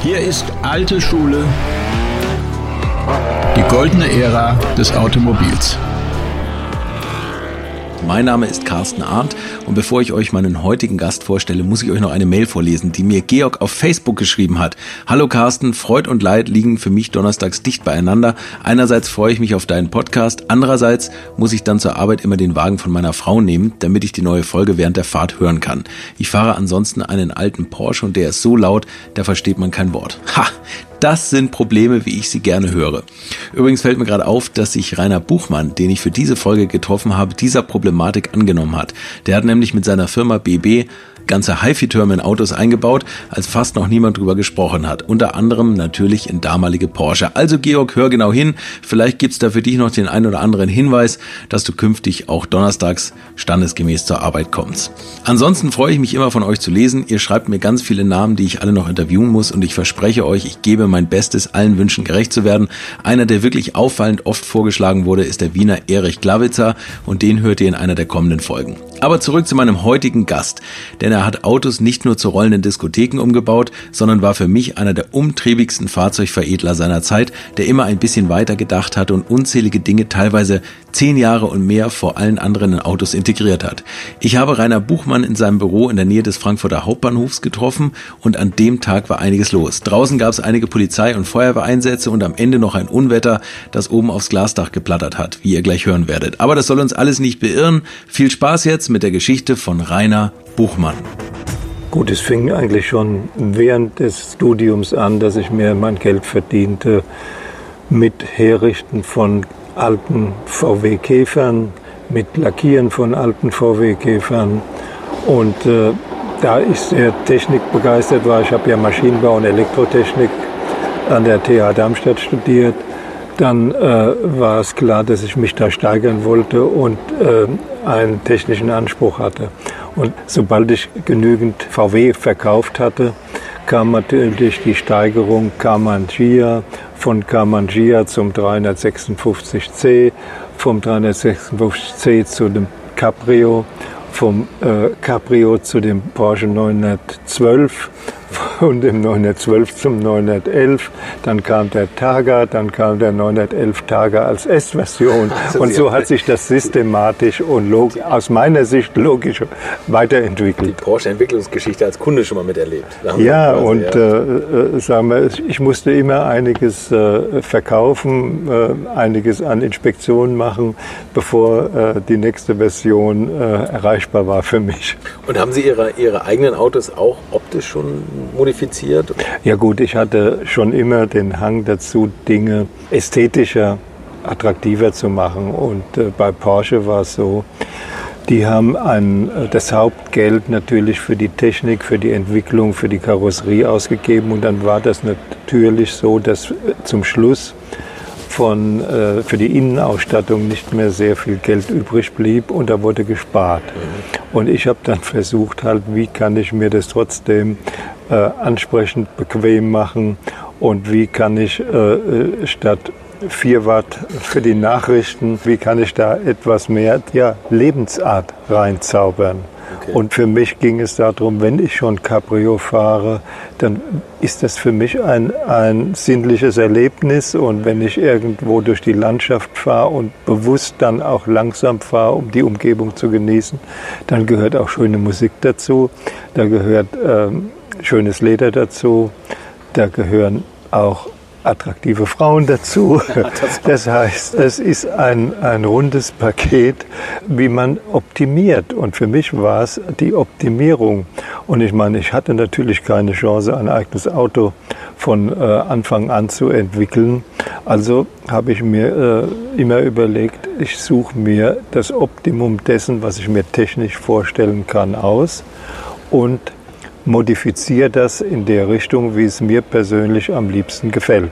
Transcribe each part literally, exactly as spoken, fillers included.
Hier ist alte Schule, die goldene Ära des Automobils. Mein Name ist Carsten Arndt und bevor ich euch meinen heutigen Gast vorstelle, muss ich euch noch eine Mail vorlesen, die mir Georg auf Facebook geschrieben hat. Hallo Carsten, Freud und Leid liegen für mich donnerstags dicht beieinander. Einerseits freue ich mich auf deinen Podcast, andererseits muss ich dann zur Arbeit immer den Wagen von meiner Frau nehmen, damit ich die neue Folge während der Fahrt hören kann. Ich fahre ansonsten einen alten Porsche und der ist so laut, da versteht man kein Wort. Ha! Das sind Probleme, wie ich sie gerne höre. Übrigens fällt mir gerade auf, dass sich Rainer Buchmann, den ich für diese Folge getroffen habe, dieser Problematik angenommen hat. Der hat nämlich mit seiner Firma B B ganze HiFi-Türme in Autos eingebaut, als fast noch niemand drüber gesprochen hat. Unter anderem natürlich in damalige Porsche. Also Georg, hör genau hin. Vielleicht gibt's da für dich noch den einen oder anderen Hinweis, dass du künftig auch donnerstags standesgemäß zur Arbeit kommst. Ansonsten freue ich mich immer von euch zu lesen. Ihr schreibt mir ganz viele Namen, die ich alle noch interviewen muss und ich verspreche euch, ich gebe mein Bestes, allen Wünschen gerecht zu werden. Einer, der wirklich auffallend oft vorgeschlagen wurde, ist der Wiener Erich Glawitzer und den hört ihr in einer der kommenden Folgen. Aber zurück zu meinem heutigen Gast, denn er hat Autos nicht nur zu rollenden Diskotheken umgebaut, sondern war für mich einer der umtriebigsten Fahrzeugveredler seiner Zeit, der immer ein bisschen weiter gedacht hat und unzählige Dinge teilweise zehn Jahre und mehr vor allen anderen in Autos integriert hat. Ich habe Rainer Buchmann in seinem Büro in der Nähe des Frankfurter Hauptbahnhofs getroffen und an dem Tag war einiges los. Draußen gab es einige Polizei- und Feuerwehreinsätze und am Ende noch ein Unwetter, das oben aufs Glasdach geplattert hat, wie ihr gleich hören werdet. Aber das soll uns alles nicht beirren. Viel Spaß jetzt mit der Geschichte von Rainer Buchmann. Gut, es fing eigentlich schon während des Studiums an, dass ich mir mein Geld verdiente mit Herrichten von alten V W-Käfern, mit Lackieren von alten V W-Käfern. Und äh, da ich sehr technikbegeistert war, ich habe ja Maschinenbau und Elektrotechnik an der T H Darmstadt studiert, dann äh, war es klar, dass ich mich da steigern wollte und äh, einen technischen Anspruch hatte. Und sobald ich genügend V W verkauft hatte, kam natürlich die Steigerung Kamangia, von Kamangia zum dreihundertsechsundfünfzig C, vom dreihundertsechsundfünfzig C zu dem Cabrio, vom äh, Cabrio zu dem Porsche neunhundertzwölf, von dem neunhundertzwölf zum neunhundertelf, dann kam der Targa, dann kam der neunhundertelf Targa als S-Version und so hat sich das systematisch und log- aus meiner Sicht logisch weiterentwickelt. Die Porsche-Entwicklungsgeschichte als Kunde schon mal miterlebt. Ja, quasi, und ja. Äh, sagen wir, ich musste immer einiges äh, verkaufen, äh, einiges an Inspektionen machen, bevor äh, die nächste Version äh, erreichbar war für mich. Und haben Sie Ihre, Ihre eigenen Autos auch optisch schon modifiziert? Ja gut, ich hatte schon immer den Hang dazu, Dinge ästhetischer, attraktiver zu machen. Und äh, bei Porsche war es so, die haben ein, das Hauptgeld natürlich für die Technik, für die Entwicklung, für die Karosserie ausgegeben. Und dann war das natürlich so, dass zum Schluss von, äh, für die Innenausstattung nicht mehr sehr viel Geld übrig blieb und da wurde gespart. Mhm. Und ich habe dann versucht, halt, wie kann ich mir das trotzdem äh, ansprechend bequem machen und wie kann ich äh, statt vier Watt für die Nachrichten, wie kann ich da etwas mehr ja, Lebensart reinzaubern. Okay. Und für mich ging es darum, wenn ich schon Cabrio fahre, dann ist das für mich ein, ein sinnliches Erlebnis. Und wenn ich irgendwo durch die Landschaft fahre und bewusst dann auch langsam fahre, um die Umgebung zu genießen, dann gehört auch schöne Musik dazu, da gehört ähm, schönes Leder dazu, da gehören auch attraktive Frauen dazu. Das heißt, es ist ein, ein rundes Paket, wie man optimiert. Und für mich war es die Optimierung. Und ich meine, ich hatte natürlich keine Chance, ein eigenes Auto von äh, Anfang an zu entwickeln. Also habe ich mir äh, immer überlegt, ich suche mir das Optimum dessen, was ich mir technisch vorstellen kann, aus und modifiziere das in der Richtung, wie es mir persönlich am liebsten gefällt.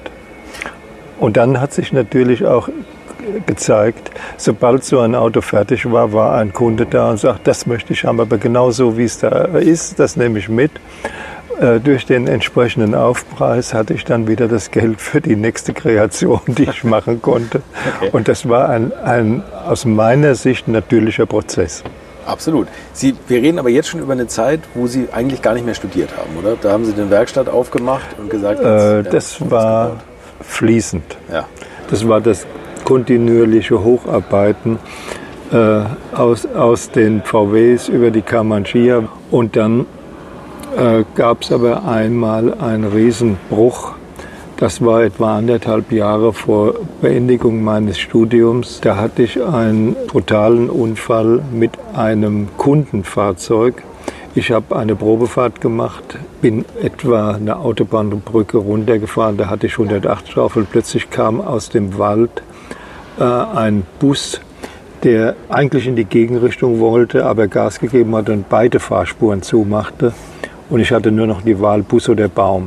Und dann hat sich natürlich auch gezeigt, sobald so ein Auto fertig war, war ein Kunde da und sagt, das möchte ich haben, aber genau so, wie es da ist, das nehme ich mit. Äh, durch den entsprechenden Aufpreis hatte ich dann wieder das Geld für die nächste Kreation, die ich machen konnte. Okay. Und das war ein, ein aus meiner Sicht natürlicher Prozess. Absolut. Sie, wir reden aber jetzt schon über eine Zeit, wo Sie eigentlich gar nicht mehr studiert haben, oder? Da haben Sie eine Werkstatt aufgemacht und gesagt, jetzt, äh, ja, das war fließend. Ja. Das war das kontinuierliche Hocharbeiten äh, aus, aus den V Ws über die Kamanchia. Und dann äh, gab es aber einmal einen Riesenbruch. Das war etwa anderthalb Jahre vor Beendigung meines Studiums. Da hatte ich einen brutalen Unfall mit einem Kundenfahrzeug. Ich habe eine Probefahrt gemacht, bin etwa eine Autobahnbrücke runtergefahren. Da hatte ich hundertachtzig drauf und plötzlich kam aus dem Wald äh, ein Bus, der eigentlich in die Gegenrichtung wollte, aber Gas gegeben hat und beide Fahrspuren zumachte. Und ich hatte nur noch die Wahl, Bus oder Baum.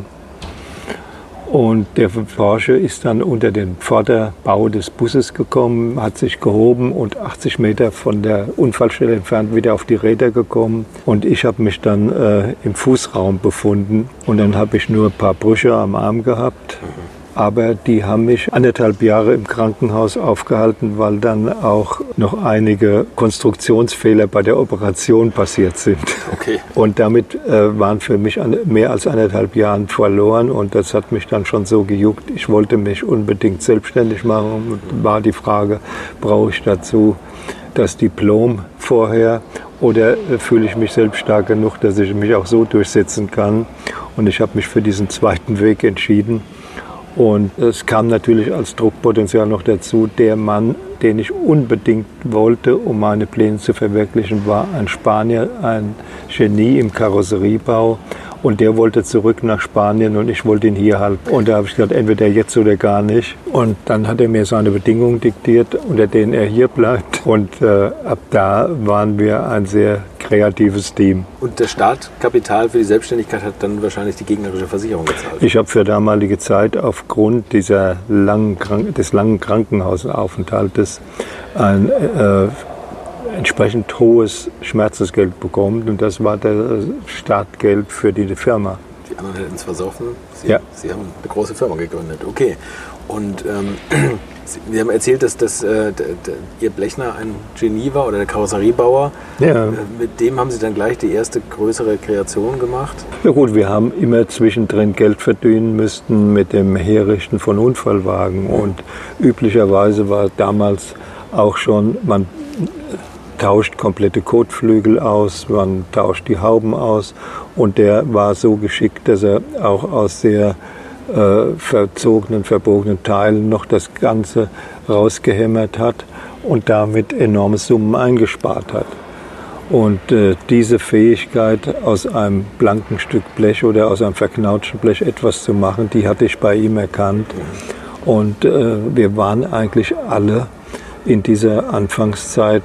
Und der Porsche ist dann unter den Vorderbau des Busses gekommen, hat sich gehoben und achtzig Meter von der Unfallstelle entfernt wieder auf die Räder gekommen. Und ich habe mich dann äh, im Fußraum befunden. Und dann habe ich nur ein paar Brüche am Arm gehabt. Aber die haben mich anderthalb Jahre im Krankenhaus aufgehalten, weil dann auch noch einige Konstruktionsfehler bei der Operation passiert sind. Okay. Und damit äh, waren für mich eine, mehr als anderthalb Jahre verloren und das hat mich dann schon so gejuckt. Ich wollte mich unbedingt selbstständig machen und war die Frage, brauche ich dazu das Diplom vorher oder äh, fühle ich mich selbst stark genug, dass ich mich auch so durchsetzen kann. Und ich habe mich für diesen zweiten Weg entschieden. Und es kam natürlich als Druckpotenzial noch dazu, der Mann, den ich unbedingt wollte, um meine Pläne zu verwirklichen, war ein Spanier, ein Genie im Karosseriebau. Und der wollte zurück nach Spanien und ich wollte ihn hier halten. Und da habe ich gesagt, entweder jetzt oder gar nicht. Und dann hat er mir seine Bedingungen diktiert, unter denen er hier bleibt. Und äh, ab da waren wir ein sehr kreatives Team. Und das Startkapital für die Selbstständigkeit hat dann wahrscheinlich die gegnerische Versicherung gezahlt? Ich habe für damalige Zeit aufgrund dieser langen, des langen Krankenhausaufenthaltes ein äh, entsprechend hohes Schmerzensgeld bekommen und das war das Startgeld für die Firma. Die anderen hätten es versoffen. Sie, ja. Sie haben eine große Firma gegründet. Okay. Und ähm, Sie haben erzählt, dass das, äh, d, d, Ihr Blechner ein Genie war oder der Karosseriebauer. Ja. Äh, mit dem haben Sie dann gleich die erste größere Kreation gemacht? Ja gut, wir haben immer zwischendrin Geld verdienen müssen mit dem Herrichten von Unfallwagen. Und üblicherweise war damals auch schon, man tauscht komplette Kotflügel aus, man tauscht die Hauben aus. Und der war so geschickt, dass er auch aus sehr äh, verzogenen, verbogenen Teilen noch das Ganze rausgehämmert hat und damit enorme Summen eingespart hat. Und äh, diese Fähigkeit, aus einem blanken Stück Blech oder aus einem verknautschten Blech etwas zu machen, die hatte ich bei ihm erkannt. Und äh, wir waren eigentlich alle in dieser Anfangszeit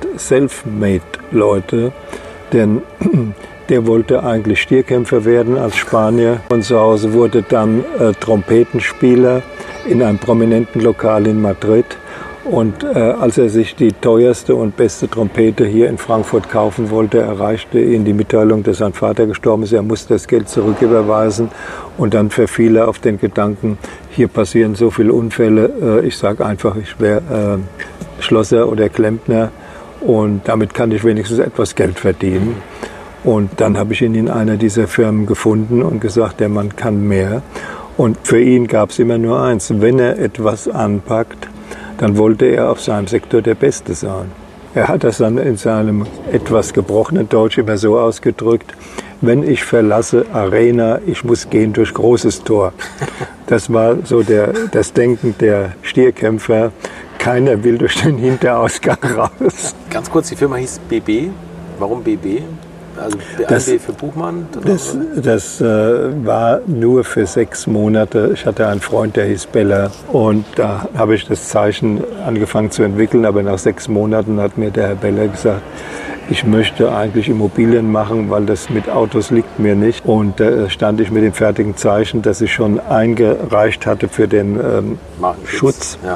Self-Made-Leute, denn der wollte eigentlich Stierkämpfer werden als Spanier und zu Hause wurde dann äh, Trompetenspieler in einem prominenten Lokal in Madrid. Und äh, als er sich die teuerste und beste Trompete hier in Frankfurt kaufen wollte, erreichte ihn die Mitteilung, dass sein Vater gestorben ist. Er musste das Geld zurücküberweisen und dann verfiel er auf den Gedanken, hier passieren so viele Unfälle, äh, ich sage einfach, ich wäre äh, Schlosser oder Klempner und damit kann ich wenigstens etwas Geld verdienen. Und dann habe ich ihn in einer dieser Firmen gefunden und gesagt, der Mann kann mehr. Und für ihn gab es immer nur eins, wenn er etwas anpackt, dann wollte er auf seinem Sektor der Beste sein. Er hat das dann in seinem etwas gebrochenen Deutsch immer so ausgedrückt, wenn ich verlasse Arena, ich muss gehen durch großes Tor. Das war so der, das Denken der Stierkämpfer. Keiner will durch den Hinterausgang raus. Ganz kurz, die Firma hieß B B. Warum B B? Also B B für Buchmann? Das, das äh, war nur für sechs Monate. Ich hatte einen Freund, der hieß Beller. Und da habe ich das Zeichen angefangen zu entwickeln. Aber nach sechs Monaten hat mir der Herr Beller gesagt, ich möchte eigentlich Immobilien machen, weil das mit Autos liegt mir nicht. Und da äh, stand ich mit dem fertigen Zeichen, das ich schon eingereicht hatte für den ähm, Schutz. Ja.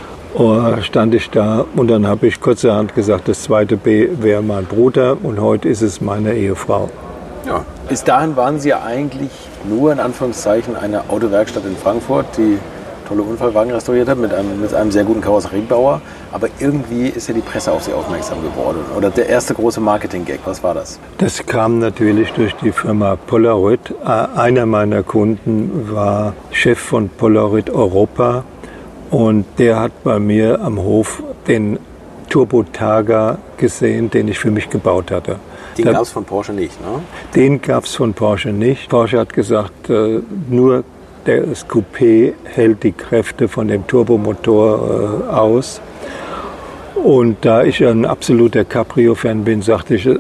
Und stand ich da und dann habe ich kurzerhand gesagt, das zweite B wäre mein Bruder und heute ist es meine Ehefrau. Ja. Bis dahin waren Sie ja eigentlich nur in Anführungszeichen eine Autowerkstatt in Frankfurt, die tolle Unfallwagen restauriert hat, mit einem, mit einem sehr guten Karosseriebauer. Aber irgendwie ist ja die Presse auf Sie aufmerksam geworden. Oder der erste große Marketing-Gag, was war das? Das kam natürlich durch die Firma Polaroid. Einer meiner Kunden war Chef von Polaroid Europa und der hat bei mir am Hof den Turbo Targa gesehen, den ich für mich gebaut hatte. Den gab es von Porsche nicht, ne? Den gab es von Porsche nicht. Porsche hat gesagt, äh, nur das Coupé hält die Kräfte von dem Turbomotor äh, aus. Und da ich ein absoluter Cabrio-Fan bin, sagte ich,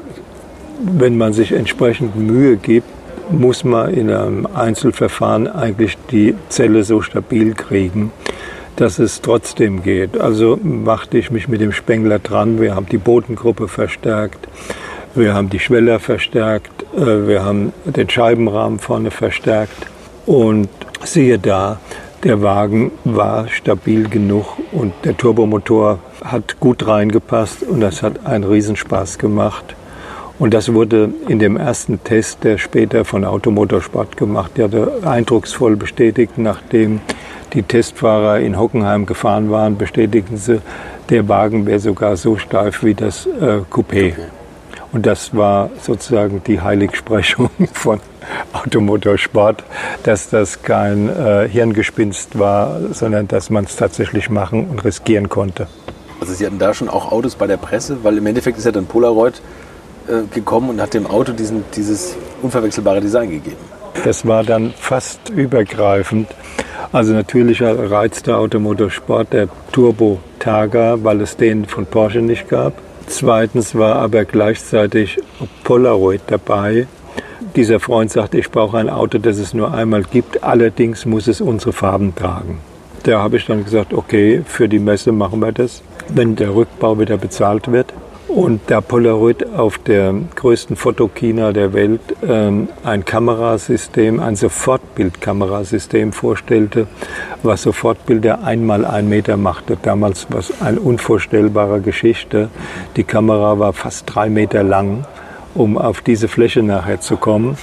wenn man sich entsprechend Mühe gibt, muss man in einem Einzelverfahren eigentlich die Zelle so stabil kriegen, dass es trotzdem geht. Also machte ich mich mit dem Spengler dran. Wir haben die Bodengruppe verstärkt. Wir haben die Schweller verstärkt, wir haben den Scheibenrahmen vorne verstärkt und siehe da, der Wagen war stabil genug und der Turbomotor hat gut reingepasst und das hat einen Riesenspaß gemacht. Und das wurde in dem ersten Test, der später von Automotorsport gemacht wurde, eindrucksvoll bestätigt. Nachdem die Testfahrer in Hockenheim gefahren waren, bestätigten sie, der Wagen wäre sogar so steif wie das äh, Coupé. Okay. Und das war sozusagen die Heiligsprechung von Automotorsport, dass das kein äh, Hirngespinst war, sondern dass man es tatsächlich machen und riskieren konnte. Also Sie hatten da schon auch Autos bei der Presse, weil im Endeffekt ist ja dann Polaroid äh, gekommen und hat dem Auto diesen, dieses unverwechselbare Design gegeben. Das war dann fast übergreifend. Also natürlich reizte Automotorsport der Turbo Targa, weil es den von Porsche nicht gab. Zweitens war aber gleichzeitig Polaroid dabei. Dieser Freund sagte, ich brauche ein Auto, das es nur einmal gibt, allerdings muss es unsere Farben tragen. Da habe ich dann gesagt, okay, für die Messe machen wir das, wenn der Rückbau wieder bezahlt wird. Und da Polaroid auf der größten Fotokina der Welt ähm, ein Kamerasystem, ein Sofortbildkamerasystem vorstellte, was Sofortbilder einmal ein Meter machte. Damals war es eine unvorstellbare Geschichte. Die Kamera war fast drei Meter lang, um auf diese Fläche nachher zu kommen.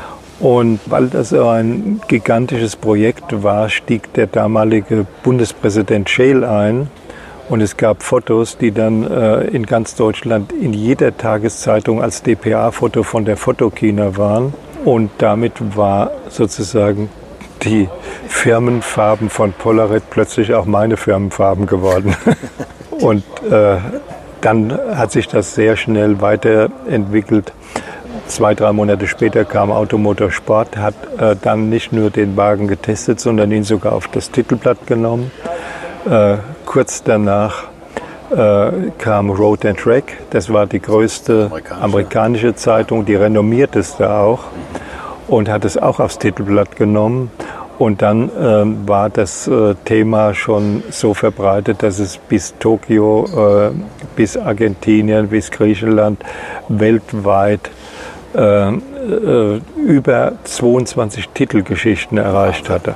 Und weil das so ein gigantisches Projekt war, stieg der damalige Bundespräsident Scheel ein. Und es gab Fotos, die dann äh, in ganz Deutschland in jeder Tageszeitung als D P A-Foto von der Fotokina waren. Und damit war sozusagen die Firmenfarben von Polaroid plötzlich auch meine Firmenfarben geworden. Und äh, dann hat sich das sehr schnell weiterentwickelt. Zwei, drei Monate später kam Automotorsport, hat äh, dann nicht nur den Wagen getestet, sondern ihn sogar auf das Titelblatt genommen. Äh, kurz danach äh, kam Road and Track, das war die größte amerikanische. amerikanische Zeitung, die renommierteste auch, und hat es auch aufs Titelblatt genommen. Und dann äh, war das äh, Thema schon so verbreitet, dass es bis Tokio, äh, bis Argentinien, bis Griechenland weltweit äh, äh, über zweiundzwanzig Titelgeschichten erreicht hatte.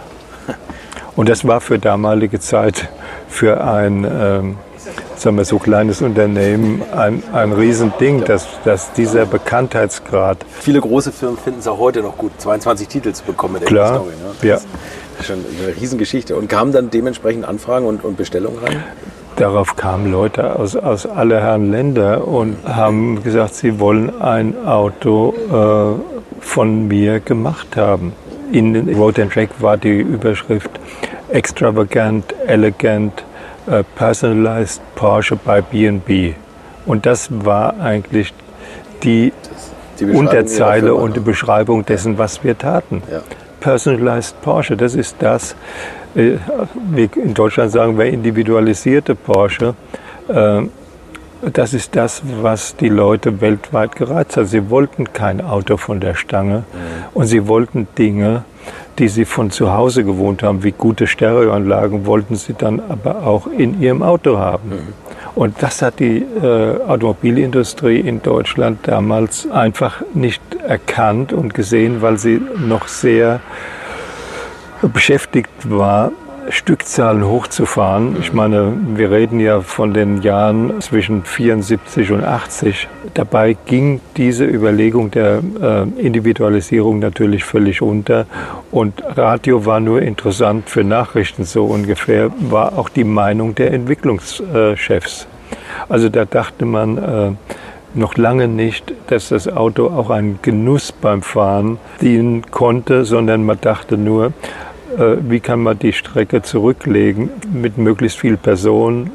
Und das war für damalige Zeit für ein, ähm, sagen wir so kleines Unternehmen ein, ein Riesending, dass, dass dieser Bekanntheitsgrad. Viele große Firmen finden es auch heute noch gut, zweiundzwanzig Titel zu bekommen mit der Klar, Story. Ne? Ja. Das ist schon eine Riesengeschichte. Und kamen dann dementsprechend Anfragen und, und Bestellungen rein? Darauf kamen Leute aus, aus aller Herren Länder und haben gesagt, sie wollen ein Auto äh, von mir gemacht haben. In Road and Track war die Überschrift Extravagant, Elegant, uh, Personalized Porsche by B and B. Und das war eigentlich die, die Unterzeile Firma, und die Beschreibung dessen, was wir taten. Ja. Personalized Porsche, das ist das, äh, wie in Deutschland sagen wir individualisierte Porsche. Äh, das ist das, was die Leute weltweit gereizt hat. Sie wollten kein Auto von der Stange, mhm. und sie wollten Dinge, die sie von zu Hause gewohnt haben, wie gute Stereoanlagen, wollten sie dann aber auch in ihrem Auto haben. Mhm. Und das hat die äh, Automobilindustrie in Deutschland damals einfach nicht erkannt und gesehen, weil sie noch sehr beschäftigt war, Stückzahlen hochzufahren. Ich meine, wir reden ja von den Jahren zwischen vierundsiebzig und achtzig. Dabei ging diese Überlegung der äh, Individualisierung natürlich völlig unter. Und Radio war nur interessant für Nachrichten, so ungefähr, war auch die Meinung der Entwicklungschefs. Also da dachte man äh, noch lange nicht, dass das Auto auch einen Genuss beim Fahren dienen konnte, sondern man dachte nur, äh, wie kann man die Strecke zurücklegen mit möglichst vielen Personen,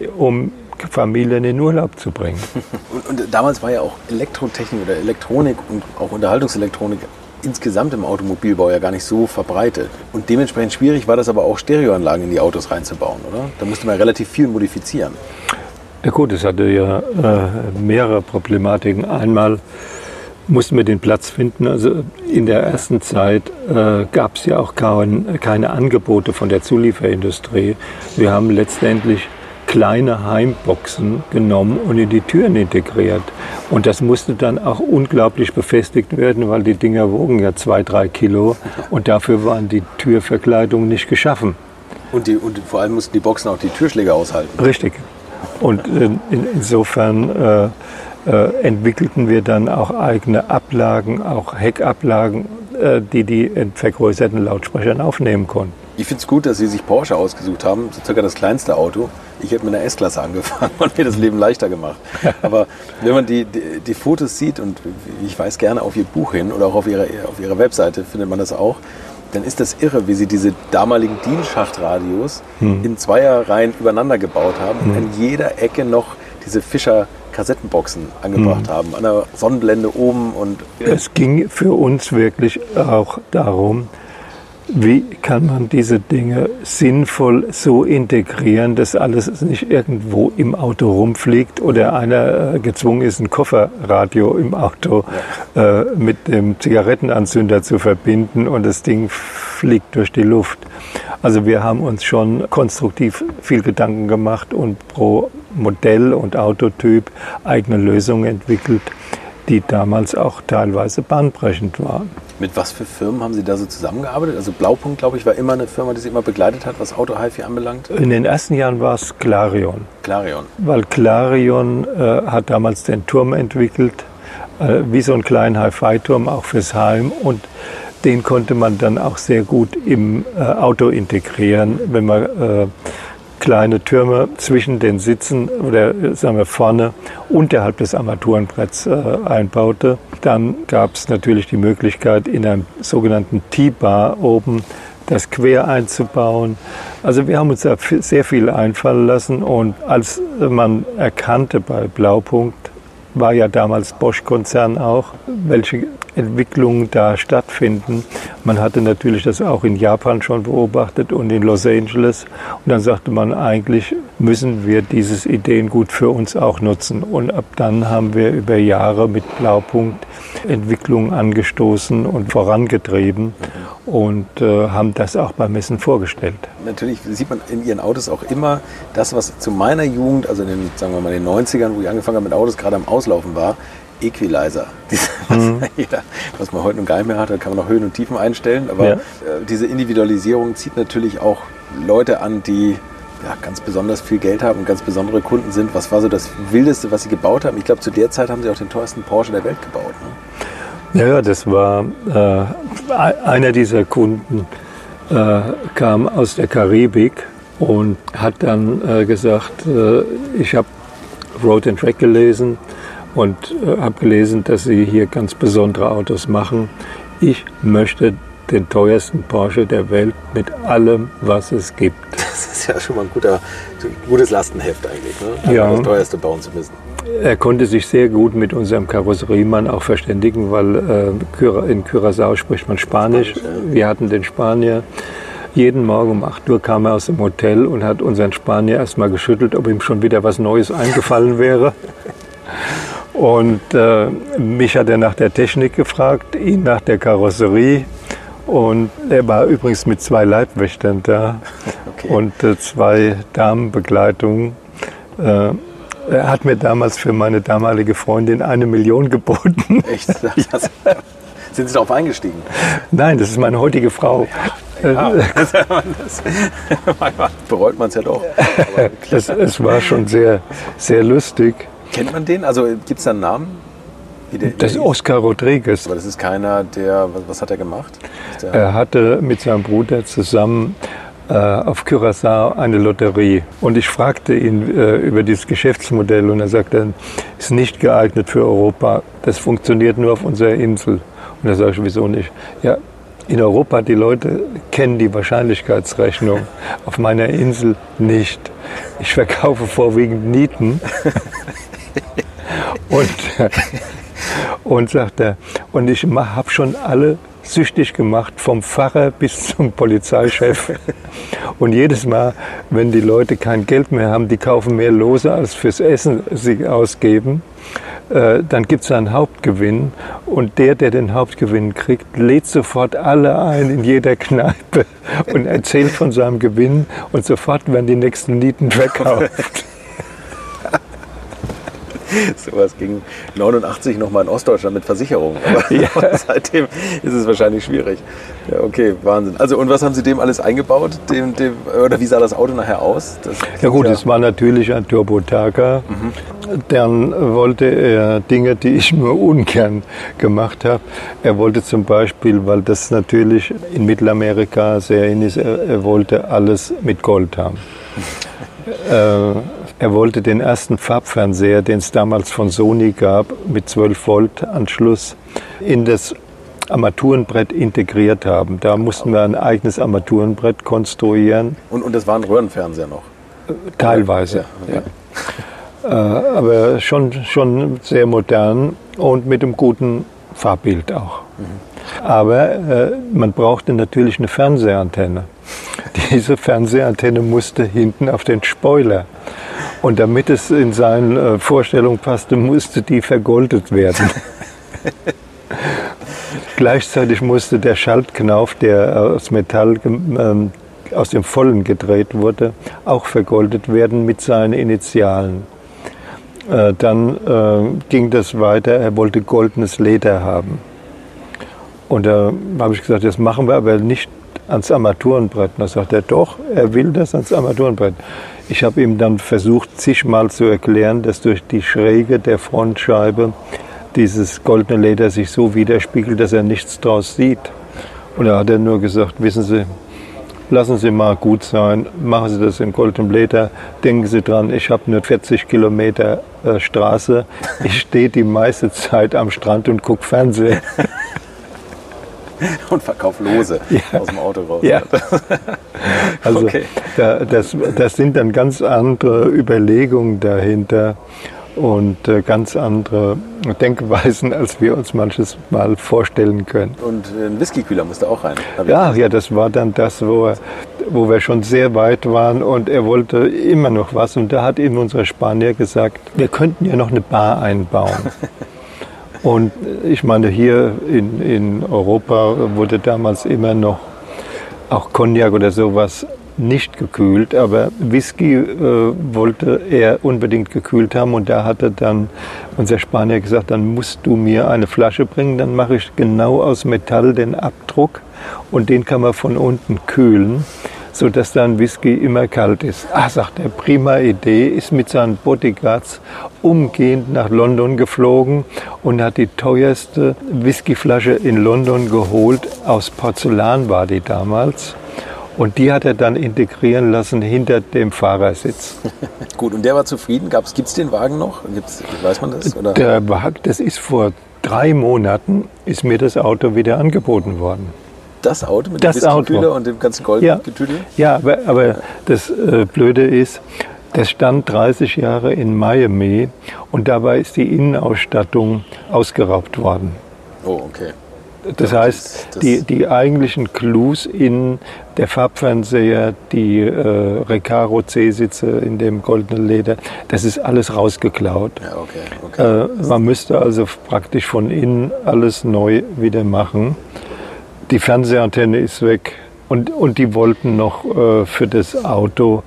um Familien in Urlaub zu bringen. Und, und damals war ja auch Elektrotechnik oder Elektronik und auch Unterhaltungselektronik insgesamt im Automobilbau ja gar nicht so verbreitet. Und dementsprechend schwierig war das aber auch, Stereoanlagen in die Autos reinzubauen, oder? Da musste man relativ viel modifizieren. Ja gut, es hatte ja äh, mehrere Problematiken. Einmal mussten wir den Platz finden. Also in der ersten Zeit äh, gab es ja auch kein, keine Angebote von der Zulieferindustrie. Wir haben letztendlich kleine Heimboxen genommen und in die Türen integriert. Und das musste dann auch unglaublich befestigt werden, weil die Dinger wogen ja zwei, drei Kilo und dafür waren die Türverkleidungen nicht geschaffen. Und, die, und vor allem mussten die Boxen auch die Türschläge aushalten. Richtig. Und äh, in, insofern äh, äh, entwickelten wir dann auch eigene Ablagen, auch Heckablagen, äh, die die in vergrößerten Lautsprechern aufnehmen konnten. Ich finde es gut, dass Sie sich Porsche ausgesucht haben, so circa das kleinste Auto. Ich hätte mit einer S-Klasse angefangen und mir das Leben leichter gemacht. Aber wenn man die, die, die Fotos sieht, und ich weise gerne auf Ihr Buch hin oder auch auf Ihrer auf Ihre Webseite findet man das auch, dann ist das irre, wie Sie diese damaligen DIN-Schachtradios hm. in Zweierreihen übereinander gebaut haben hm. und an jeder Ecke noch diese Fischer-Kassettenboxen angebracht hm. haben, an der Sonnenblende oben. Und es ging für uns wirklich auch darum, wie kann man diese Dinge sinnvoll so integrieren, dass alles nicht irgendwo im Auto rumfliegt oder einer äh, gezwungen ist, ein Kofferradio im Auto äh, mit dem Zigarettenanzünder zu verbinden und das Ding fliegt durch die Luft. Also wir haben uns schon konstruktiv viel Gedanken gemacht und pro Modell und Autotyp eigene Lösungen entwickelt, die damals auch teilweise bahnbrechend waren. Mit was für Firmen haben Sie da so zusammengearbeitet? Also Blaupunkt, glaube ich, war immer eine Firma, die Sie immer begleitet hat, was Auto-HiFi anbelangt? In den ersten Jahren war es Clarion. Clarion. Weil Clarion äh, hat damals den Turm entwickelt, äh, wie so einen kleinen Hi-Fi-Turm auch fürs Heim. Und den konnte man dann auch sehr gut im äh, Auto integrieren, wenn man äh, kleine Türme zwischen den Sitzen oder sagen wir vorne unterhalb des Armaturenbretts äh, einbaute. Dann gab es natürlich die Möglichkeit, in einem sogenannten T-Bar oben das quer einzubauen. Also wir haben uns da sehr viel einfallen lassen und als man erkannte bei Blaupunkt, war ja damals Bosch-Konzern auch, welche Entwicklungen da stattfinden. Man hatte natürlich das auch in Japan schon beobachtet und in Los Angeles. Und dann sagte man, eigentlich müssen wir dieses Ideengut für uns auch nutzen. Und ab dann haben wir über Jahre mit Blaupunkt Entwicklungen angestoßen und vorangetrieben und äh, haben das auch beim Messen vorgestellt. Natürlich sieht man in Ihren Autos auch immer das, was zu meiner Jugend, also in den, sagen wir mal, in den neunzigern, wo ich angefangen habe mit Autos, gerade am Auslaufen war, Equalizer. Diese, was, mhm. jeder, was man heute nun gar nicht mehr hat, da kann man noch Höhen und Tiefen einstellen. Aber ja. äh, diese Individualisierung zieht natürlich auch Leute an, die ja, ganz besonders viel Geld haben und ganz besondere Kunden sind. Was war so das Wildeste, was Sie gebaut haben? Ich glaube, zu der Zeit haben Sie auch den teuersten Porsche der Welt gebaut. Ne? Ja, das war äh, einer dieser Kunden, äh, kam aus der Karibik und hat dann äh, gesagt, äh, ich habe Road and Track gelesen und äh, habe gelesen, dass Sie hier ganz besondere Autos machen. Ich möchte den teuersten Porsche der Welt mit allem, was es gibt. Das ist ja schon mal ein guter, gutes Lastenheft eigentlich, ne? Ja. Das teuerste bauen zu müssen. Er konnte sich sehr gut mit unserem Karosseriemann auch verständigen, weil äh, in Curaçao spricht man Spanisch. Spanisch ja. Wir hatten den Spanier. Jeden Morgen um acht Uhr kam er aus dem Hotel und hat unseren Spanier erstmal geschüttelt, ob ihm schon wieder was Neues eingefallen wäre. Und äh, mich hat er nach der Technik gefragt, ihn nach der Karosserie. Und er war übrigens mit zwei Leibwächtern da okay. und äh, zwei Damenbegleitungen. Äh, er hat mir damals für meine damalige Freundin eine Million geboten. Echt? Sind Sie darauf eingestiegen? Nein, das ist meine heutige Frau. Ja, das, manchmal bereut man es ja doch. Aber es, es war schon sehr, sehr lustig. Kennt man den? Also gibt es da einen Namen? Wie der, das ist Oscar Rodriguez. Aber das ist keiner, der, was, was hat er gemacht? Der er hatte mit seinem Bruder zusammen äh, auf Curaçao eine Lotterie. Und ich fragte ihn äh, über dieses Geschäftsmodell und er sagte, es ist nicht geeignet für Europa. Das funktioniert nur auf unserer Insel. Und da sage ich, wieso nicht? Ja, in Europa, die Leute kennen die Wahrscheinlichkeitsrechnung. Auf meiner Insel nicht. Ich verkaufe vorwiegend Nieten. und, und sagt er, und ich habe schon alle süchtig gemacht, vom Pfarrer bis zum Polizeichef. Und jedes Mal, wenn die Leute kein Geld mehr haben, die kaufen mehr Lose, als fürs Essen sie ausgeben, äh, dann gibt es einen Hauptgewinn. Und der, der den Hauptgewinn kriegt, lädt sofort alle ein in jeder Kneipe und erzählt von seinem Gewinn. Und sofort werden die nächsten Nieten verkauft. Sowas ging neunundachtzig nochmal in Ostdeutschland mit Versicherung. Aber ja. Seitdem ist es wahrscheinlich schwierig. Ja, okay, Wahnsinn. Also und was haben Sie dem alles eingebaut? Dem, dem, oder wie sah das Auto nachher aus? Das ja gut, ja es war natürlich ein Turbo-Targa. Mhm. Dann wollte er Dinge, die ich nur ungern gemacht habe. Er wollte zum Beispiel, weil das natürlich in Mittelamerika sehr in ist, er, er wollte alles mit Gold haben. äh, Er wollte den ersten Farbfernseher, den es damals von Sony gab, mit zwölf Volt Anschluss, in das Armaturenbrett integriert haben. Da mussten wir ein eigenes Armaturenbrett konstruieren. Und, und das war ein Röhrenfernseher noch? Teilweise, ja. Okay. ja. Äh, aber schon, schon sehr modern und mit einem guten Farbbild auch. Mhm. Aber äh, man brauchte natürlich eine Fernsehantenne. Diese Fernsehantenne musste hinten auf den Spoiler. Und damit es in seine äh, Vorstellung passte, musste die vergoldet werden. Gleichzeitig musste der Schaltknauf, der aus Metall, äh, aus dem Vollen gedreht wurde, auch vergoldet werden mit seinen Initialen. Äh, dann äh, ging das weiter, er wollte goldenes Leder haben. Und da äh, habe ich gesagt, das machen wir aber nicht ans Armaturenbrett. Und da sagt er, doch, er will das ans Armaturenbrett. Ich habe ihm dann versucht, zigmal zu erklären, dass durch die Schräge der Frontscheibe dieses goldene Leder sich so widerspiegelt, dass er nichts draus sieht. Und da hat er nur gesagt, wissen Sie, lassen Sie mal gut sein, machen Sie das in goldenem Leder, denken Sie dran, ich habe nur vierzig Kilometer äh, Straße, ich stehe die meiste Zeit am Strand und gucke Fernsehen. Und verkauf Lose ja. aus dem Auto raus. Ja. Also okay. da, das, das sind dann ganz andere Überlegungen dahinter und äh, ganz andere Denkweisen, als wir uns manches Mal vorstellen können. Und ein Whiskykühler musste auch rein. Ja, ja, das war dann das, wo, er, wo wir schon sehr weit waren und er wollte immer noch was. Und da hat ihm unser Spanier gesagt, wir könnten ja noch eine Bar einbauen. Und ich meine, hier in, in Europa wurde damals immer noch auch Cognac oder sowas nicht gekühlt, aber Whisky äh, wollte er unbedingt gekühlt haben und da hatte dann unser Spanier gesagt, dann musst du mir eine Flasche bringen, dann mache ich genau aus Metall den Abdruck und den kann man von unten kühlen, sodass dann Whisky immer kalt ist. Ah, sagt er, prima Idee, ist mit seinen Bodyguards umgehend nach London geflogen und hat die teuerste Whiskyflasche in London geholt. Aus Porzellan war die damals. Und die hat er dann integrieren lassen hinter dem Fahrersitz. Gut, und der war zufrieden? Gibt es den Wagen noch? Gibt's, weiß man das? Oder? Der Wagen, das ist vor drei Monaten, ist mir das Auto wieder angeboten worden. Das Auto mit das dem Whiskykühler und dem ganzen Goldgetüdel? Ja, ja, aber, aber das äh, Blöde ist, das stand dreißig Jahre in Miami und dabei ist die Innenausstattung ausgeraubt worden. Oh, okay. Das ja, heißt, das, das die, die eigentlichen Clous in der Farbfernseher, die äh, Recaro C-Sitze in dem goldenen Leder, das ist alles rausgeklaut. Ja, okay, okay. Äh, man müsste also praktisch von innen alles neu wieder machen. Die Fernsehantenne ist weg und, und die wollten noch äh, für das Auto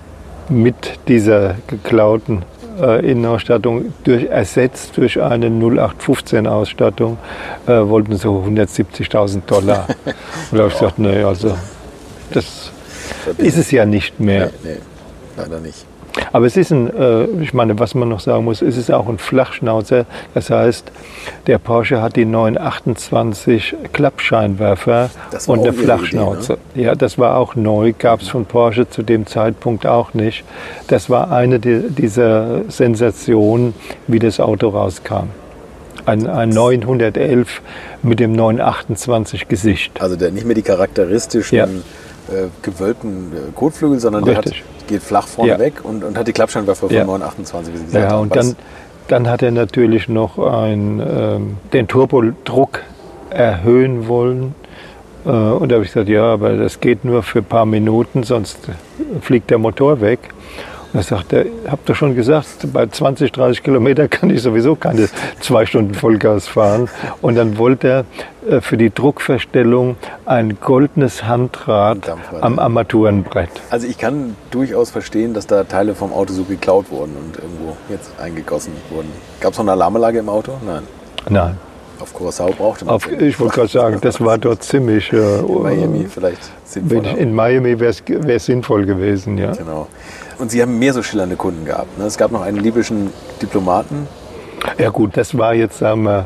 mit dieser geklauten äh, Innenausstattung durch, ersetzt durch eine null acht fünfzehn Ausstattung, äh, wollten so hundertsiebzigtausend Dollar. Und da habe ich gesagt, nee, also das ist es ja nicht mehr. Nee, nee, leider nicht. Aber es ist ein, äh, ich meine, was man noch sagen muss, es ist auch ein Flachschnauzer. Das heißt, der Porsche hat die neun achtundzwanzig Klappscheinwerfer und eine Flachschnauze. Idee, ne? Ja, das war auch neu, gab es von Porsche zu dem Zeitpunkt auch nicht. Das war eine die, dieser Sensationen, wie das Auto rauskam. Ein, ein neunhundertelf mit dem neun achtundzwanzig Gesicht. Also der nicht mehr die charakteristischen ja. äh, gewölbten äh, Kotflügel, sondern Richtig. der hat, geht flach vorne ja. weg und, und hat die Klappscheinwerfer von ja. neun achtundzwanzig. Wie Sie gesagt ja, haben. Und dann, dann hat er natürlich noch ein, ähm, den Turbodruck erhöhen wollen. Äh, und da habe ich gesagt, ja, aber das geht nur für ein paar Minuten, sonst fliegt der Motor weg. Und er sagt, ich habe doch schon gesagt, bei zwanzig, dreißig Kilometer kann ich sowieso keine zwei Stunden Vollgas fahren. Und dann wollte er äh, für die Druckverstellung ein goldenes Handrad am Armaturenbrett. Also ich kann durchaus verstehen, dass da Teile vom Auto so geklaut wurden und irgendwo jetzt eingegossen wurden. Gab es noch eine Alarmanlage im Auto? Nein. Nein. Auf Curaçao brauchte man Auf, Ich wollte gerade sagen, das war dort ziemlich... Äh, in Miami vielleicht sinnvoll. In Miami wäre es sinnvoll gewesen, ja. Genau. Und Sie haben mehr so schillernde Kunden gehabt. Ne? Es gab noch einen libyschen Diplomaten. Ja gut, das war jetzt, sagen wir,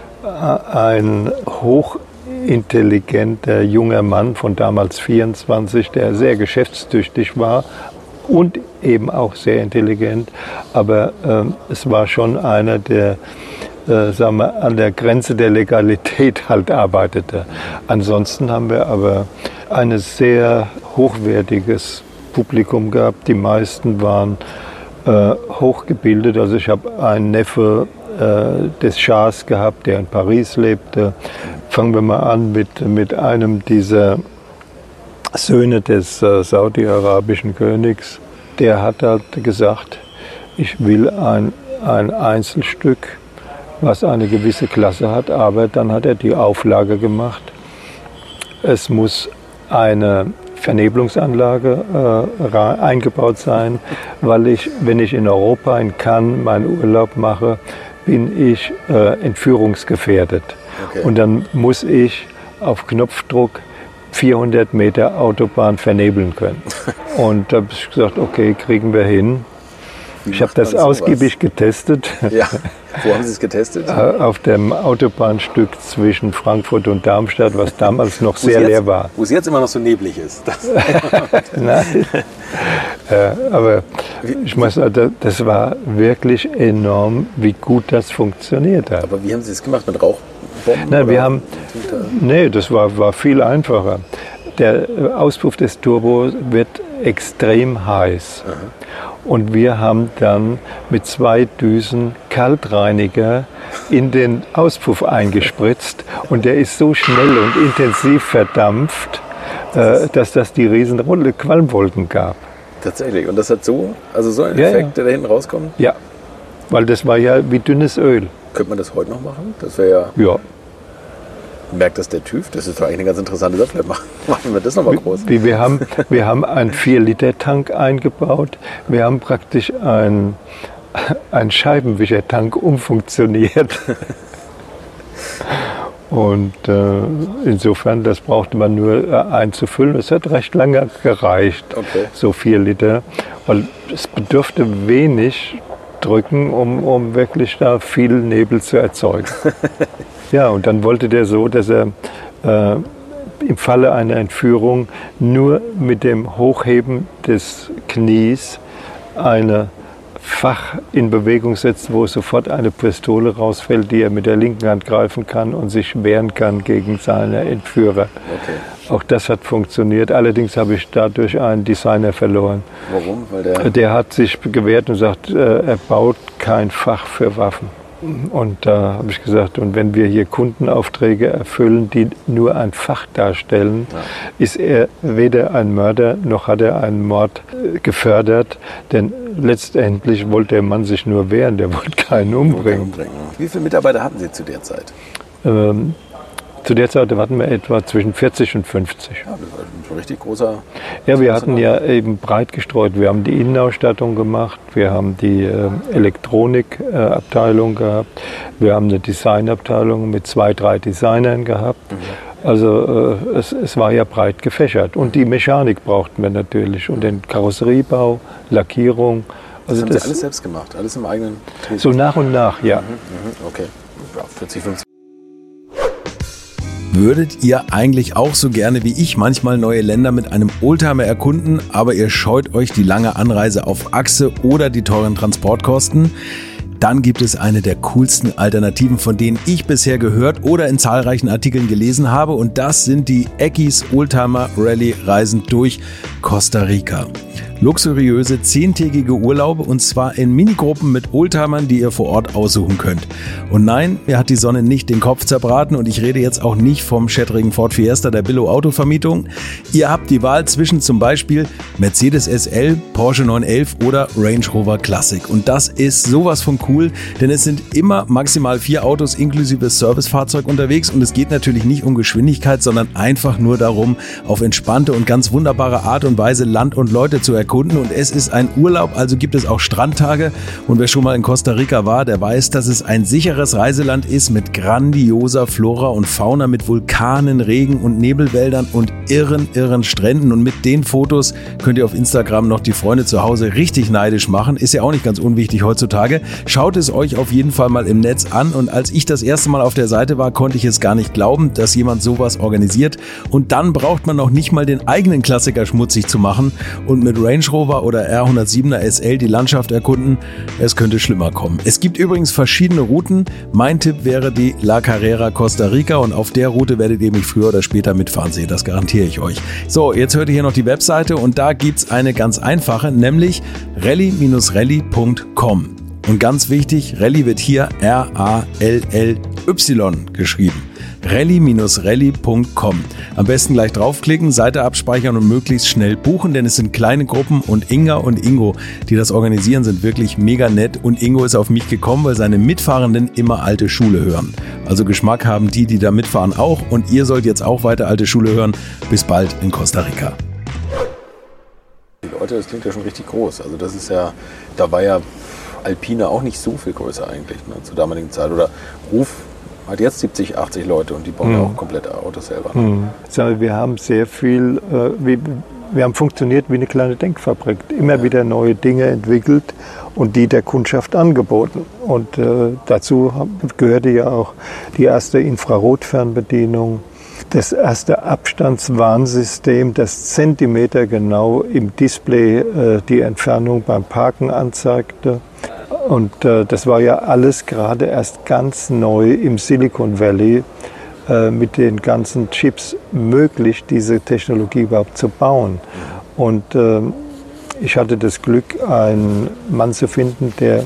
ein hochintelligenter junger Mann von damals vierundzwanzig, der sehr geschäftstüchtig war und eben auch sehr intelligent. Aber ähm, es war schon einer, der äh, sagen wir, an der Grenze der Legalität halt arbeitete. Ansonsten haben wir aber ein sehr hochwertiges Publikum gehabt. Die meisten waren äh, hochgebildet. Also ich habe einen Neffe äh, des Schahs gehabt, der in Paris lebte. Fangen wir mal an mit, mit einem dieser Söhne des äh, saudi-arabischen Königs. Der hat halt gesagt, ich will ein, ein Einzelstück, was eine gewisse Klasse hat, aber dann hat er die Auflage gemacht. Es muss eine Vernebelungsanlage äh, eingebaut sein, weil ich, wenn ich in Europa in Cannes meinen Urlaub mache, bin ich äh, entführungsgefährdet. Okay. Und dann muss ich auf Knopfdruck vierhundert Meter Autobahn vernebeln können. Und da habe ich gesagt, okay, kriegen wir hin. Wie ich habe das ausgiebig getestet. Ja. Wo haben Sie es getestet? Auf dem Autobahnstück zwischen Frankfurt und Darmstadt, was damals noch sehr jetzt, leer war. Wo es jetzt immer noch so neblig ist. Nein. äh, aber ich muss sagen, das war wirklich enorm, wie gut das funktioniert hat. Aber wie haben Sie es gemacht? Mit Rauchbomben? Nein, wir haben, nee, das war, war viel einfacher. Der Auspuff des Turbos wird extrem heiß. Aha. Und wir haben dann mit zwei Düsen Kaltreiniger in den Auspuff eingespritzt. Und der ist so schnell und intensiv verdampft, äh, dass das die riesen Qualmwolken gab. Tatsächlich. Und das hat so, also so einen ja, Effekt, ja. der da hinten rauskommt? Ja, weil das war ja wie dünnes Öl. Könnte man das heute noch machen? Das wäre ja... Ja. Merkt das der TÜV? Das ist doch eigentlich eine ganz interessante Sache. Vielleicht machen wir das nochmal groß. Wie, wir haben, wir haben einen vier Liter Tank eingebaut. Wir haben praktisch einen, einen Scheibenwischertank umfunktioniert. Und äh, insofern, das brauchte man nur äh, einzufüllen. Es hat recht lange gereicht, okay. So vier Liter. Weil es bedurfte wenig drücken, um, um wirklich da viel Nebel zu erzeugen. Ja, und dann wollte der so, dass er äh, im Falle einer Entführung nur mit dem Hochheben des Knies eine Fach in Bewegung setzt, wo sofort eine Pistole rausfällt, die er mit der linken Hand greifen kann und sich wehren kann gegen seine Entführer. Okay. Auch das hat funktioniert. Allerdings habe ich dadurch einen Designer verloren. Warum? Weil der, der hat sich gewehrt und sagt, er baut kein Fach für Waffen. Und da habe ich gesagt, und wenn wir hier Kundenaufträge erfüllen, die nur ein Fach darstellen, ja. ist er weder ein Mörder, noch hat er einen Mord gefördert. Denn letztendlich wollte der Mann sich nur wehren, der wollte keinen umbringen. umbringen. Wie viele Mitarbeiter hatten Sie zu der Zeit? Ähm, zu der Zeit hatten wir etwa zwischen vierzig und fünfzig. Ja, das war ein richtig großer... Ja, wir hatten ja eben breit gestreut. Wir haben die Innenausstattung gemacht, wir haben die äh, Elektronikabteilung äh, gehabt, wir haben eine Designabteilung mit zwei, drei Designern gehabt. Mhm. Also äh, es, es war ja breit gefächert. Und die Mechanik brauchten wir natürlich und den Karosseriebau, Lackierung. Also das haben das Sie alles selbst gemacht, alles im eigenen Betrieb? So nach und nach, ja. Mhm, okay, ja, vierzig, fünfzig. Würdet ihr eigentlich auch so gerne wie ich manchmal neue Länder mit einem Oldtimer erkunden, aber ihr scheut euch die lange Anreise auf Achse oder die teuren Transportkosten? Dann gibt es eine der coolsten Alternativen, von denen ich bisher gehört oder in zahlreichen Artikeln gelesen habe, und das sind die Eckis Oldtimer Rally Reisen durch Costa Rica. Luxuriöse zehntägige Urlaube, und zwar in Minigruppen mit Oldtimern, die ihr vor Ort aussuchen könnt. Und nein, mir hat die Sonne nicht den Kopf zerbraten, und ich rede jetzt auch nicht vom schättrigen Ford Fiesta der Billo Autovermietung. Ihr habt die Wahl zwischen zum Beispiel Mercedes S L, Porsche neun elf oder Range Rover Classic. Und das ist sowas von cool, denn es sind immer maximal vier Autos inklusive Servicefahrzeug unterwegs, und es geht natürlich nicht um Geschwindigkeit, sondern einfach nur darum, auf entspannte und ganz wunderbare Art und Weise Land und Leute zu erkunden. Und es ist ein Urlaub, also gibt es auch Strandtage. Und wer schon mal in Costa Rica war, der weiß, dass es ein sicheres Reiseland ist mit grandioser Flora und Fauna, mit Vulkanen, Regen- und Nebelwäldern und irren, irren Stränden. Und mit den Fotos könnt ihr auf Instagram noch die Freunde zu Hause richtig neidisch machen. Ist ja auch nicht ganz unwichtig heutzutage. Schaut es euch auf jeden Fall mal im Netz an. Und als ich das erste Mal auf der Seite war, konnte ich es gar nicht glauben, dass jemand sowas organisiert. Und dann braucht man noch nicht mal den eigenen Klassiker schmutzig zu machen und mit Range Rover oder R hundertsiebener S L die Landschaft erkunden. Es könnte schlimmer kommen. Es gibt übrigens verschiedene Routen. Mein Tipp wäre die La Carrera Costa Rica, und auf der Route werdet ihr mich früher oder später mitfahren sehen. Das garantiere ich euch. So, jetzt hört ihr hier noch die Webseite, und da gibt's eine ganz einfache, nämlich rally Bindestrich rally Punkt com. Und ganz wichtig, Rally wird hier R A L L Y geschrieben. rally Bindestrich rally Punkt com. Am besten gleich draufklicken, Seite abspeichern und möglichst schnell buchen, denn es sind kleine Gruppen, und Inga und Ingo, die das organisieren, sind wirklich mega nett, und Ingo ist auf mich gekommen, weil seine Mitfahrenden immer alte Schule hören. Also Geschmack haben die, die da mitfahren, auch, und ihr sollt jetzt auch weiter alte Schule hören. Bis bald in Costa Rica. Die Leute, das klingt ja schon richtig groß. Also das ist ja, da war ja Alpine auch nicht so viel größer eigentlich, ne, zur damaligen Zeit. Oder Ruf hat jetzt siebzig, achtzig Leute, und die bauen ja auch komplette Autos selber. Ne? Mhm. Wir haben sehr viel, äh, wir, wir haben funktioniert wie eine kleine Denkfabrik. Immer ja. wieder neue Dinge entwickelt und die der Kundschaft angeboten. Und äh, dazu gehörte ja auch die erste Infrarotfernbedienung, das erste Abstandswarnsystem, das zentimetergenau im Display äh, die Entfernung beim Parken anzeigte. Und äh, das war ja alles gerade erst ganz neu im Silicon Valley äh, mit den ganzen Chips möglich, diese Technologie überhaupt zu bauen. Und äh, ich hatte das Glück, einen Mann zu finden, der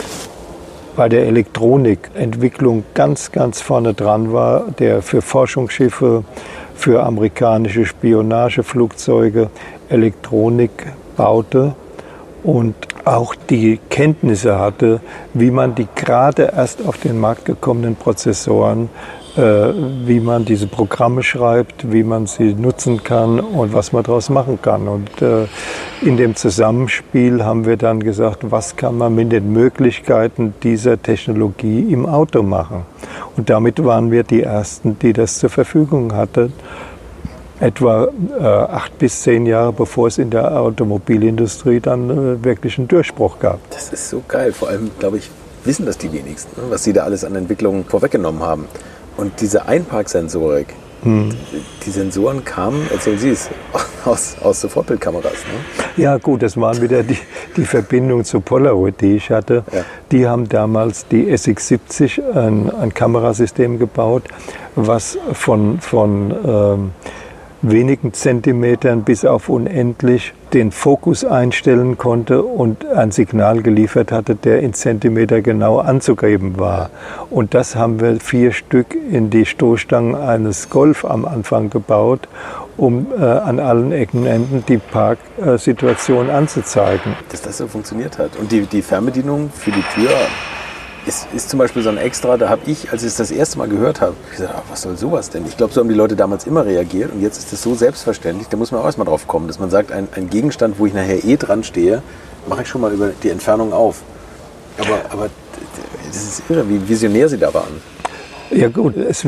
bei der Elektronikentwicklung ganz, ganz vorne dran war, der für Forschungsschiffe, für amerikanische Spionageflugzeuge Elektronik baute und auch die Kenntnisse hatte, wie man die gerade erst auf den Markt gekommenen Prozessoren, äh, wie man diese Programme schreibt, wie man sie nutzen kann und was man daraus machen kann. Und äh, in dem Zusammenspiel haben wir dann gesagt, was kann man mit den Möglichkeiten dieser Technologie im Auto machen. Und damit waren wir die Ersten, die das zur Verfügung hatten. Etwa äh, acht bis zehn Jahre, bevor es in der Automobilindustrie dann äh, wirklich einen Durchbruch gab. Das ist so geil. Vor allem, glaube ich, wissen das die wenigsten, ne? Was sie da alles an Entwicklungen vorweggenommen haben. Und diese Einparksensorik, hm. die, die Sensoren kamen, erzählen Sie es, aus, aus Sofortbildkameras. Ne? Ja gut, das waren wieder die, die Verbindung zu Polaroid, die ich hatte. Ja. Die haben damals die S X siebzig, ein, ein Kamerasystem gebaut, was von, von ähm, wenigen Zentimetern bis auf unendlich den Fokus einstellen konnte und ein Signal geliefert hatte, der in Zentimeter genau anzugeben war. Und das haben wir vier Stück in die Stoßstangen eines Golf am Anfang gebaut, um äh, an allen Ecken und Enden die Parksituation anzuzeigen. Dass das so funktioniert hat. Und die, die Fernbedienung für die Tür ist, ist zum Beispiel so ein Extra, da habe ich, als ich es das erste Mal gehört habe, gesagt, ach, was soll sowas denn? Ich glaube, so haben die Leute damals immer reagiert, und jetzt ist es so selbstverständlich, da muss man auch erstmal drauf kommen, dass man sagt, ein, ein Gegenstand, wo ich nachher eh dran stehe, mache ich schon mal über die Entfernung auf. Aber, aber das ist irre, wie visionär sie da waren. Ja gut, es wäre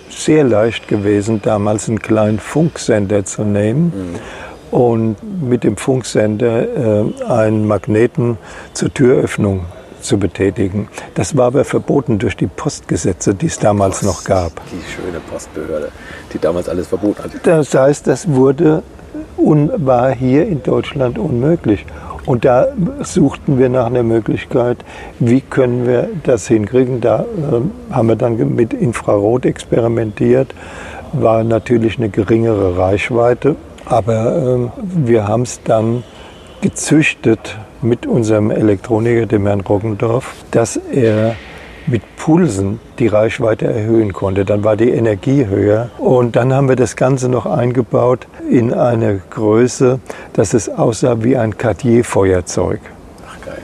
sehr leicht gewesen, damals einen kleinen Funksender zu nehmen mhm. und mit dem Funksender äh, einen Magneten zur Türöffnung zu betätigen. Das war aber verboten durch die Postgesetze, die es damals Post, noch gab. Die schöne Postbehörde, die damals alles verboten hat. Das heißt, das wurde und war hier in Deutschland unmöglich. Und da suchten wir nach einer Möglichkeit, wie können wir das hinkriegen. Da äh, haben wir dann mit Infrarot experimentiert, war natürlich eine geringere Reichweite, aber äh, wir haben es dann gezüchtet mit unserem Elektroniker, dem Herrn Roggendorf, dass er mit Pulsen die Reichweite erhöhen konnte. Dann war die Energie höher und dann haben wir das Ganze noch eingebaut in eine Größe, dass es aussah wie ein Cartier-Feuerzeug. Ach geil.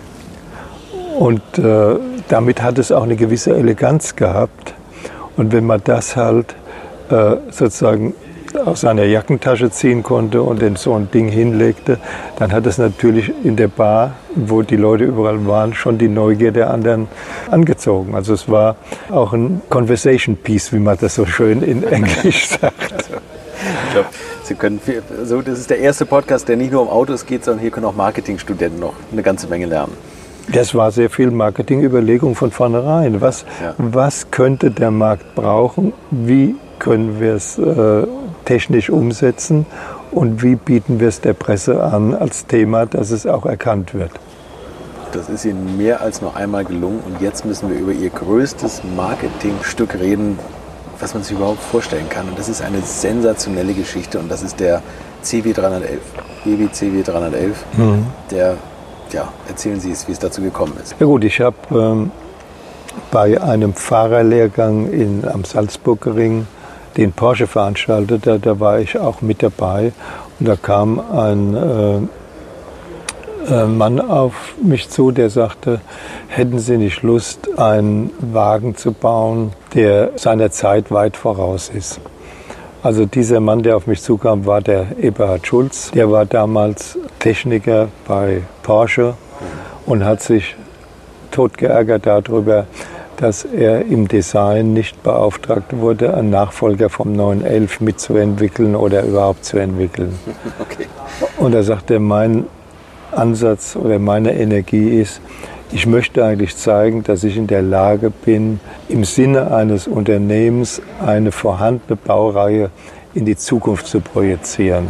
Und äh, damit hat es auch eine gewisse Eleganz gehabt. Und wenn man das halt äh, sozusagen aus seiner Jackentasche ziehen konnte und in so ein Ding hinlegte, dann hat es natürlich in der Bar, wo die Leute überall waren, schon die Neugier der anderen angezogen. Also es war auch ein Conversation Piece, wie man das so schön in Englisch sagt. Also, ich glaube, Sie können viel, also das ist der erste Podcast, der nicht nur um Autos geht, sondern hier können auch Marketingstudenten noch eine ganze Menge lernen. Das war sehr viel Marketingüberlegung von vornherein. Was, ja. was könnte der Markt brauchen? Wie können wir es äh, technisch umsetzen und wie bieten wir es der Presse an als Thema, dass es auch erkannt wird? Das ist Ihnen mehr als nur einmal gelungen und jetzt müssen wir über Ihr größtes Marketingstück reden, was man sich überhaupt vorstellen kann. Und das ist eine sensationelle Geschichte und das ist der C W dreihundertelf. B W C W dreihundertelf, mhm. der, ja, erzählen Sie es, wie es dazu gekommen ist. Ja gut, ich habe ähm, bei einem Fahrerlehrgang in, am Salzburger Ring den Porsche veranstaltet, da, da war ich auch mit dabei und da kam ein äh, äh, Mann auf mich zu, der sagte, hätten Sie nicht Lust, einen Wagen zu bauen, der seiner Zeit weit voraus ist. Also dieser Mann, der auf mich zukam, war der Eberhard Schulz. Der war damals Techniker bei Porsche und hat sich tot geärgert darüber, dass er im Design nicht beauftragt wurde, einen Nachfolger vom neun elf mitzuentwickeln oder überhaupt zu entwickeln. Okay. Und er sagte, mein Ansatz oder meine Energie ist, ich möchte eigentlich zeigen, dass ich in der Lage bin, im Sinne eines Unternehmens eine vorhandene Baureihe in die Zukunft zu projizieren.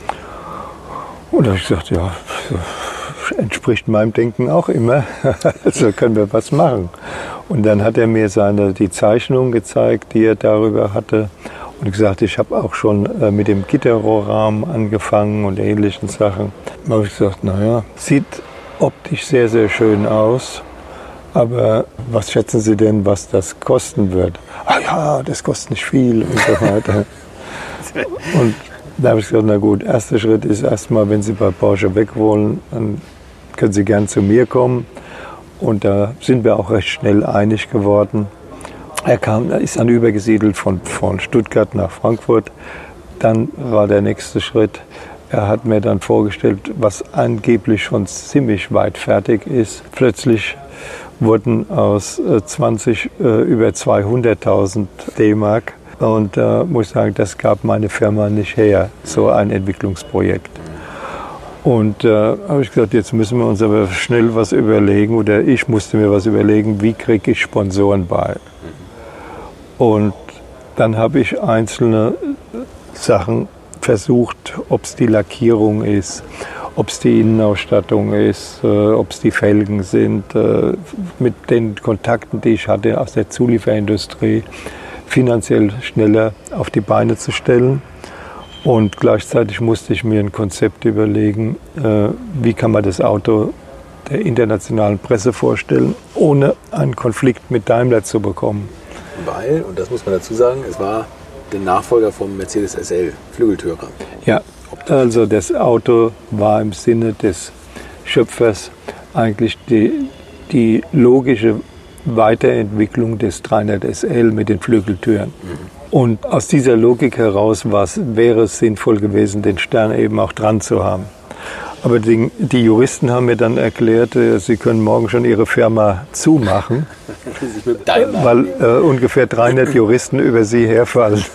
Mhm. Und da habe ich gesagt, ja, entspricht meinem Denken auch immer, also können wir was machen. Und dann hat er mir seine, die Zeichnung gezeigt, die er darüber hatte und gesagt, ich habe auch schon äh, mit dem Gitterrohrrahmen angefangen und ähnlichen Sachen. Da habe ich gesagt, naja, sieht optisch sehr, sehr schön aus, aber was schätzen Sie denn, was das kosten wird? Ah ja, das kostet nicht viel und so weiter. Und da habe ich gesagt, na gut, erster Schritt ist erstmal, wenn Sie bei Porsche weg wollen, dann können Sie gern zu mir kommen. Und da sind wir auch recht schnell einig geworden. Er kam, er ist dann übergesiedelt von, von Stuttgart nach Frankfurt. Dann war der nächste Schritt, er hat mir dann vorgestellt, was angeblich schon ziemlich weit fertig ist. Plötzlich wurden aus zwanzig äh, über zweihunderttausend D-Mark. Und da äh, muss ich sagen, das gab meine Firma nicht her, so ein Entwicklungsprojekt. Und da äh, habe ich gesagt, jetzt müssen wir uns aber schnell was überlegen, oder ich musste mir was überlegen, wie kriege ich Sponsoren bei. Und dann habe ich einzelne Sachen versucht, ob es die Lackierung ist, ob es die Innenausstattung ist, äh, ob es die Felgen sind, äh, mit den Kontakten, die ich hatte aus der Zulieferindustrie, finanziell schneller auf die Beine zu stellen. Und gleichzeitig musste ich mir ein Konzept überlegen, äh, wie kann man das Auto der internationalen Presse vorstellen, ohne einen Konflikt mit Daimler zu bekommen. Weil, und das muss man dazu sagen, es war der Nachfolger vom Mercedes S L, Flügeltürer. Ja, also das Auto war im Sinne des Schöpfers eigentlich die, die logische Weiterentwicklung des dreihundert S L mit den Flügeltüren. Mhm. Und aus dieser Logik heraus wäre es sinnvoll gewesen, den Stern eben auch dran zu haben. Aber die, die Juristen haben mir dann erklärt, äh, sie können morgen schon ihre Firma zumachen, weil äh, ungefähr dreihundert Juristen über sie herfallen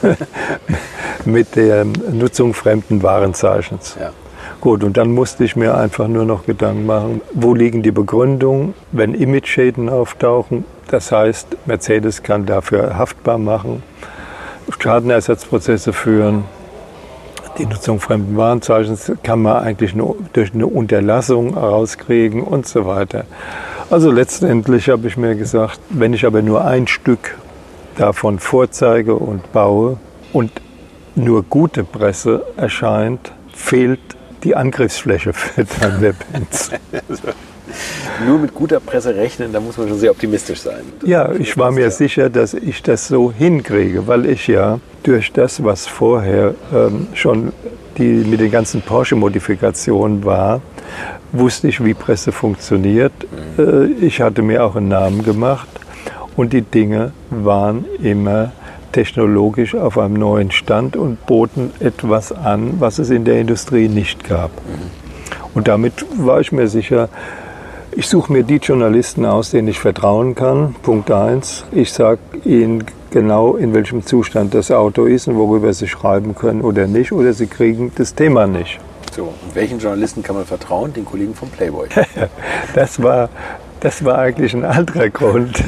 mit der Nutzung fremden Warenzeichens. Ja. Gut, und dann musste ich mir einfach nur noch Gedanken machen, wo liegen die Begründungen, wenn Image-Schäden auftauchen. Das heißt, Mercedes kann dafür haftbar machen, Schadenersatzprozesse führen. Die Nutzung fremden Warenzeichens kann man eigentlich nur durch eine Unterlassung herauskriegen und so weiter. Also letztendlich habe ich mir gesagt, wenn ich aber nur ein Stück davon vorzeige und baue und nur gute Presse erscheint, fehlt die Angriffsfläche für Daimler-Benz. Nur mit guter Presse rechnen, da muss man schon sehr optimistisch sein. Ja, ich war mir sicher, dass ich das so hinkriege, weil ich ja durch das, was vorher ähm, schon die, mit den ganzen Porsche-Modifikationen war, wusste ich, wie Presse funktioniert. Äh, ich hatte mir auch einen Namen gemacht und die Dinge waren immer technologisch auf einem neuen Stand und boten etwas an, was es in der Industrie nicht gab. Und damit war ich mir sicher, ich suche mir die Journalisten aus, denen ich vertrauen kann. Punkt eins. Ich sage ihnen genau, in welchem Zustand das Auto ist und worüber sie schreiben können oder nicht. Oder sie kriegen das Thema nicht. So, und welchen Journalisten kann man vertrauen? Den Kollegen vom Playboy. das, war, das war eigentlich ein anderer Grund.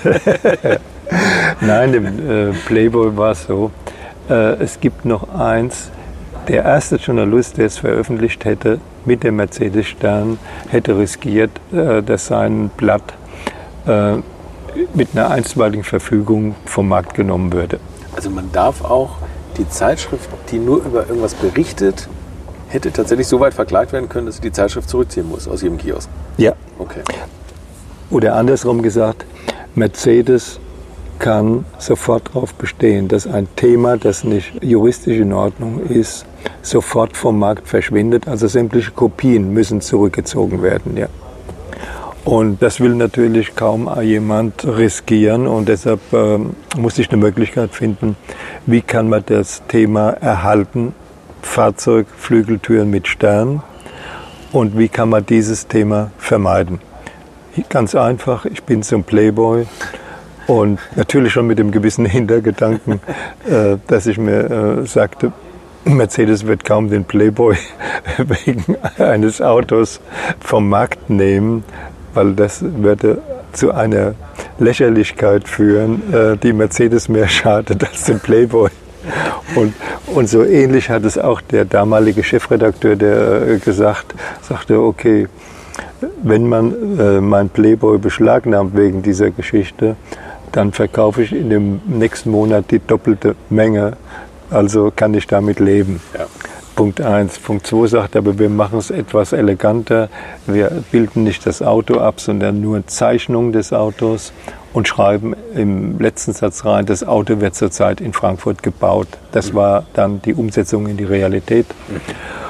Nein, im äh, Playboy war es so. Äh, es gibt noch eins. Der erste Journalist, der es veröffentlicht hätte, mit dem Mercedes-Stern, hätte riskiert, äh, dass sein Blatt äh, mit einer einstweiligen Verfügung vom Markt genommen würde. Also man darf auch die Zeitschrift, die nur über irgendwas berichtet, hätte tatsächlich so weit verklagt werden können, dass sie die Zeitschrift zurückziehen muss aus ihrem Kiosk? Ja. Okay. Oder andersrum gesagt, Mercedes kann sofort darauf bestehen, dass ein Thema, das nicht juristisch in Ordnung ist, sofort vom Markt verschwindet. Also sämtliche Kopien müssen zurückgezogen werden. Ja. Und das will natürlich kaum jemand riskieren. Und deshalb äh, muss ich eine Möglichkeit finden, wie kann man das Thema erhalten, Fahrzeug, Flügeltüren mit Stern, und wie kann man dieses Thema vermeiden. Ganz einfach, ich bin zum Playboy. Und natürlich schon mit dem gewissen Hintergedanken, äh, dass ich mir äh, sagte, Mercedes wird kaum den Playboy wegen eines Autos vom Markt nehmen, weil das würde zu einer Lächerlichkeit führen, äh, die Mercedes mehr schadet als den Playboy. Und, und so ähnlich hat es auch der damalige Chefredakteur, der äh, gesagt, sagte, okay, wenn man äh, mein Playboy beschlagnahmt wegen dieser Geschichte, dann verkaufe ich in dem nächsten Monat die doppelte Menge. Also kann ich damit leben. Ja. Punkt eins. Punkt zwei sagt aber, wir machen es etwas eleganter. Wir bilden nicht das Auto ab, sondern nur Zeichnungen des Autos und schreiben im letzten Satz rein, das Auto wird zurzeit in Frankfurt gebaut. Das mhm. war dann die Umsetzung in die Realität. Mhm.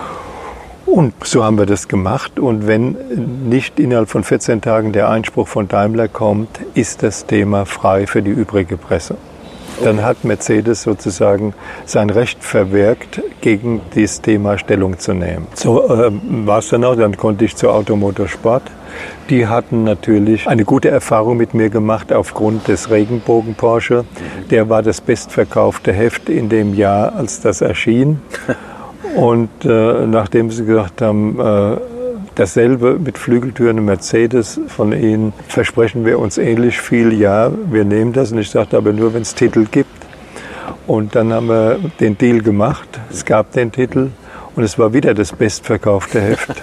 Und so haben wir das gemacht. Und wenn nicht innerhalb von vierzehn Tagen der Einspruch von Daimler kommt, ist das Thema frei für die übrige Presse. Okay. Dann hat Mercedes sozusagen sein Recht verwirkt, gegen dieses Thema Stellung zu nehmen. So äh, war es dann auch. Dann konnte ich zur Automotorsport. Die hatten natürlich eine gute Erfahrung mit mir gemacht aufgrund des Regenbogen Porsche. Der war das bestverkaufte Heft in dem Jahr, als das erschien. Und äh, nachdem sie gesagt haben, äh, dasselbe mit Flügeltüren und Mercedes von Ihnen, versprechen wir uns ähnlich viel, ja, wir nehmen das. Und ich sagte aber nur, wenn es Titel gibt. Und dann haben wir den Deal gemacht. Es gab den Titel und es war wieder das bestverkaufte Heft.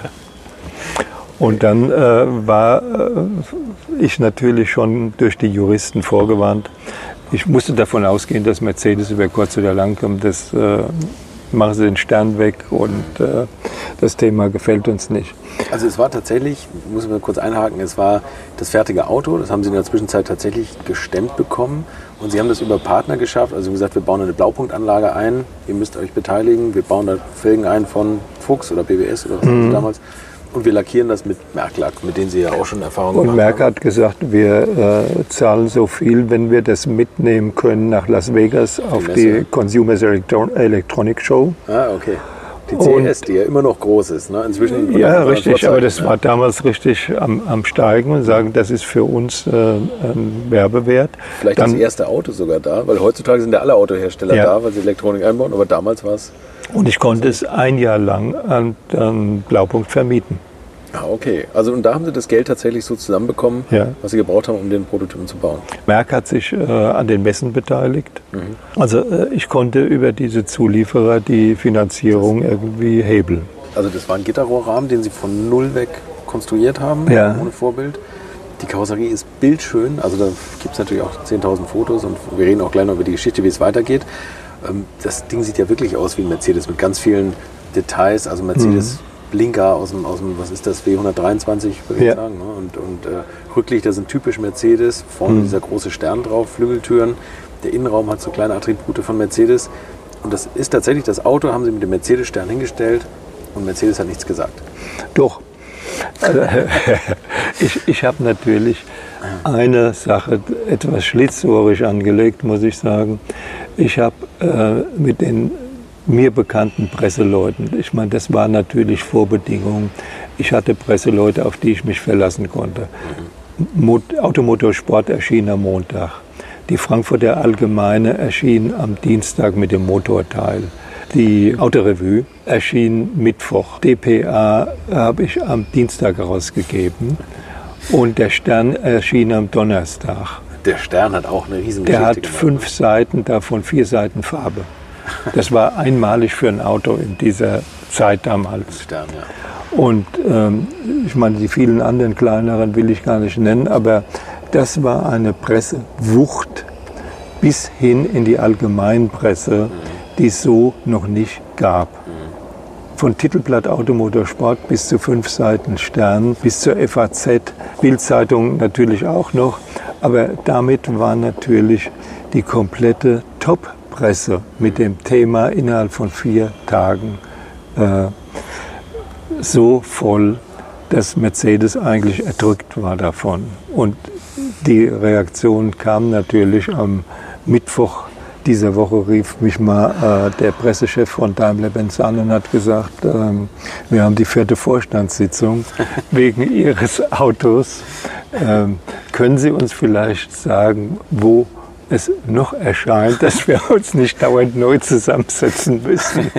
Und dann äh, war äh, ich natürlich schon durch die Juristen vorgewarnt. Ich musste davon ausgehen, dass Mercedes über kurz oder lang kommt, das äh, machen Sie den Stern weg und äh, das Thema gefällt uns nicht. Also es war tatsächlich, muss ich mal kurz einhaken, es war das fertige Auto, das haben Sie in der Zwischenzeit tatsächlich gestemmt bekommen und Sie haben das über Partner geschafft, also wie gesagt, wir bauen eine Blaupunktanlage ein, ihr müsst euch beteiligen, wir bauen da Felgen ein von Fuchs oder B W S oder was mhm. damals. Und wir lackieren das mit Merck-Lack, mit denen Sie ja auch schon Erfahrung gemacht haben. Und Merck hat gesagt, wir äh, zahlen so viel, wenn wir das mitnehmen können nach Las Vegas auf die, die Consumer Electronic Show. Ah, okay. Die C S, die ja immer noch groß ist, ne? Inzwischen. Ja, richtig, aber das war damals richtig am, am Steigen und sagen, das ist für uns äh, ein Werbewert. Vielleicht Dann, das erste Auto sogar da, weil heutzutage sind ja alle Autohersteller ja. da, weil sie Elektronik einbauen, aber damals war es... Und ich konnte es ein Jahr lang an, an Blaupunkt vermieten. Ah, okay. Also und da haben Sie das Geld tatsächlich so zusammenbekommen, ja. was Sie gebraucht haben, um den Prototypen zu bauen? Merck hat sich äh, an den Messen beteiligt. Mhm. Also äh, ich konnte über diese Zulieferer die Finanzierung das irgendwie hebeln. Also das war ein Gitterrohrrahmen, den Sie von null weg konstruiert haben, ja. ohne Vorbild. Die Karosserie ist bildschön, also da gibt es natürlich auch zehntausend Fotos und wir reden auch gleich noch über die Geschichte, wie es weitergeht. Das Ding sieht ja wirklich aus wie ein Mercedes mit ganz vielen Details, also Mercedes... Mhm. Blinker aus dem, aus dem, was ist das, W hundertdreiundzwanzig, würde ich ja. sagen. Ne? Und, und äh, Rücklichter sind typisch Mercedes, vorne mhm. dieser große Stern drauf, Flügeltüren. Der Innenraum hat so kleine Attribute von Mercedes. Und das ist tatsächlich, das Auto haben sie mit dem Mercedes-Stern hingestellt und Mercedes hat nichts gesagt. Doch. ich ich habe natürlich eine Sache etwas schlitzohrig angelegt, muss ich sagen. Ich habe äh, mit den mir bekannten Presseleuten. Ich meine, das war natürlich Vorbedingung. Ich hatte Presseleute, auf die ich mich verlassen konnte. Mot- Automotorsport erschien am Montag. Die Frankfurter Allgemeine erschien am Dienstag mit dem Motorteil. Die Autorevue erschien Mittwoch. D P A habe ich am Dienstag herausgegeben. Und der Stern erschien am Donnerstag. Der Stern hat auch eine riesen Geschichte Der hat gemacht. fünf Seiten, davon vier Seiten Farbe. Das war einmalig für ein Auto in dieser Zeit damals. Stern, ja. Und ähm, ich meine, die vielen anderen kleineren will ich gar nicht nennen, aber das war eine Pressewucht bis hin in die Allgemeinpresse, mhm. die es so noch nicht gab. Mhm. Von Titelblatt Automotorsport bis zu fünf Seiten Stern, bis zur F A Z, Bild-Zeitung natürlich auch noch. Aber damit war natürlich die komplette Top Presse mit dem Thema innerhalb von vier Tagen äh, so voll, dass Mercedes eigentlich erdrückt war davon. Und die Reaktion kam natürlich am Mittwoch dieser Woche, rief mich mal äh, der Pressechef von Daimler-Benz an und hat gesagt, äh, wir haben die vierte Vorstandssitzung wegen Ihres Autos. Äh, können Sie uns vielleicht sagen, wo es noch erscheint, dass wir uns nicht dauernd neu zusammensetzen müssen.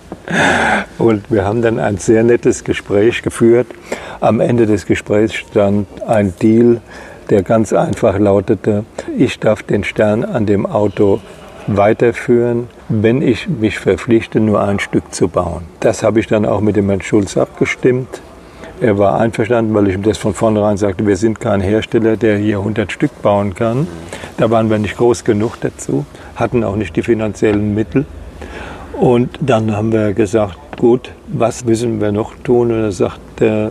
Und wir haben dann ein sehr nettes Gespräch geführt. Am Ende des Gesprächs stand ein Deal, der ganz einfach lautete, ich darf den Stern an dem Auto weiterführen, wenn ich mich verpflichte, nur ein Stück zu bauen. Das habe ich dann auch mit dem Herrn Schulz abgestimmt. Er war einverstanden, weil ich ihm das von vornherein sagte, wir sind kein Hersteller, der hier hundert Stück bauen kann. Da waren wir nicht groß genug dazu, hatten auch nicht die finanziellen Mittel. Und dann haben wir gesagt, gut, was müssen wir noch tun? Und da sagt der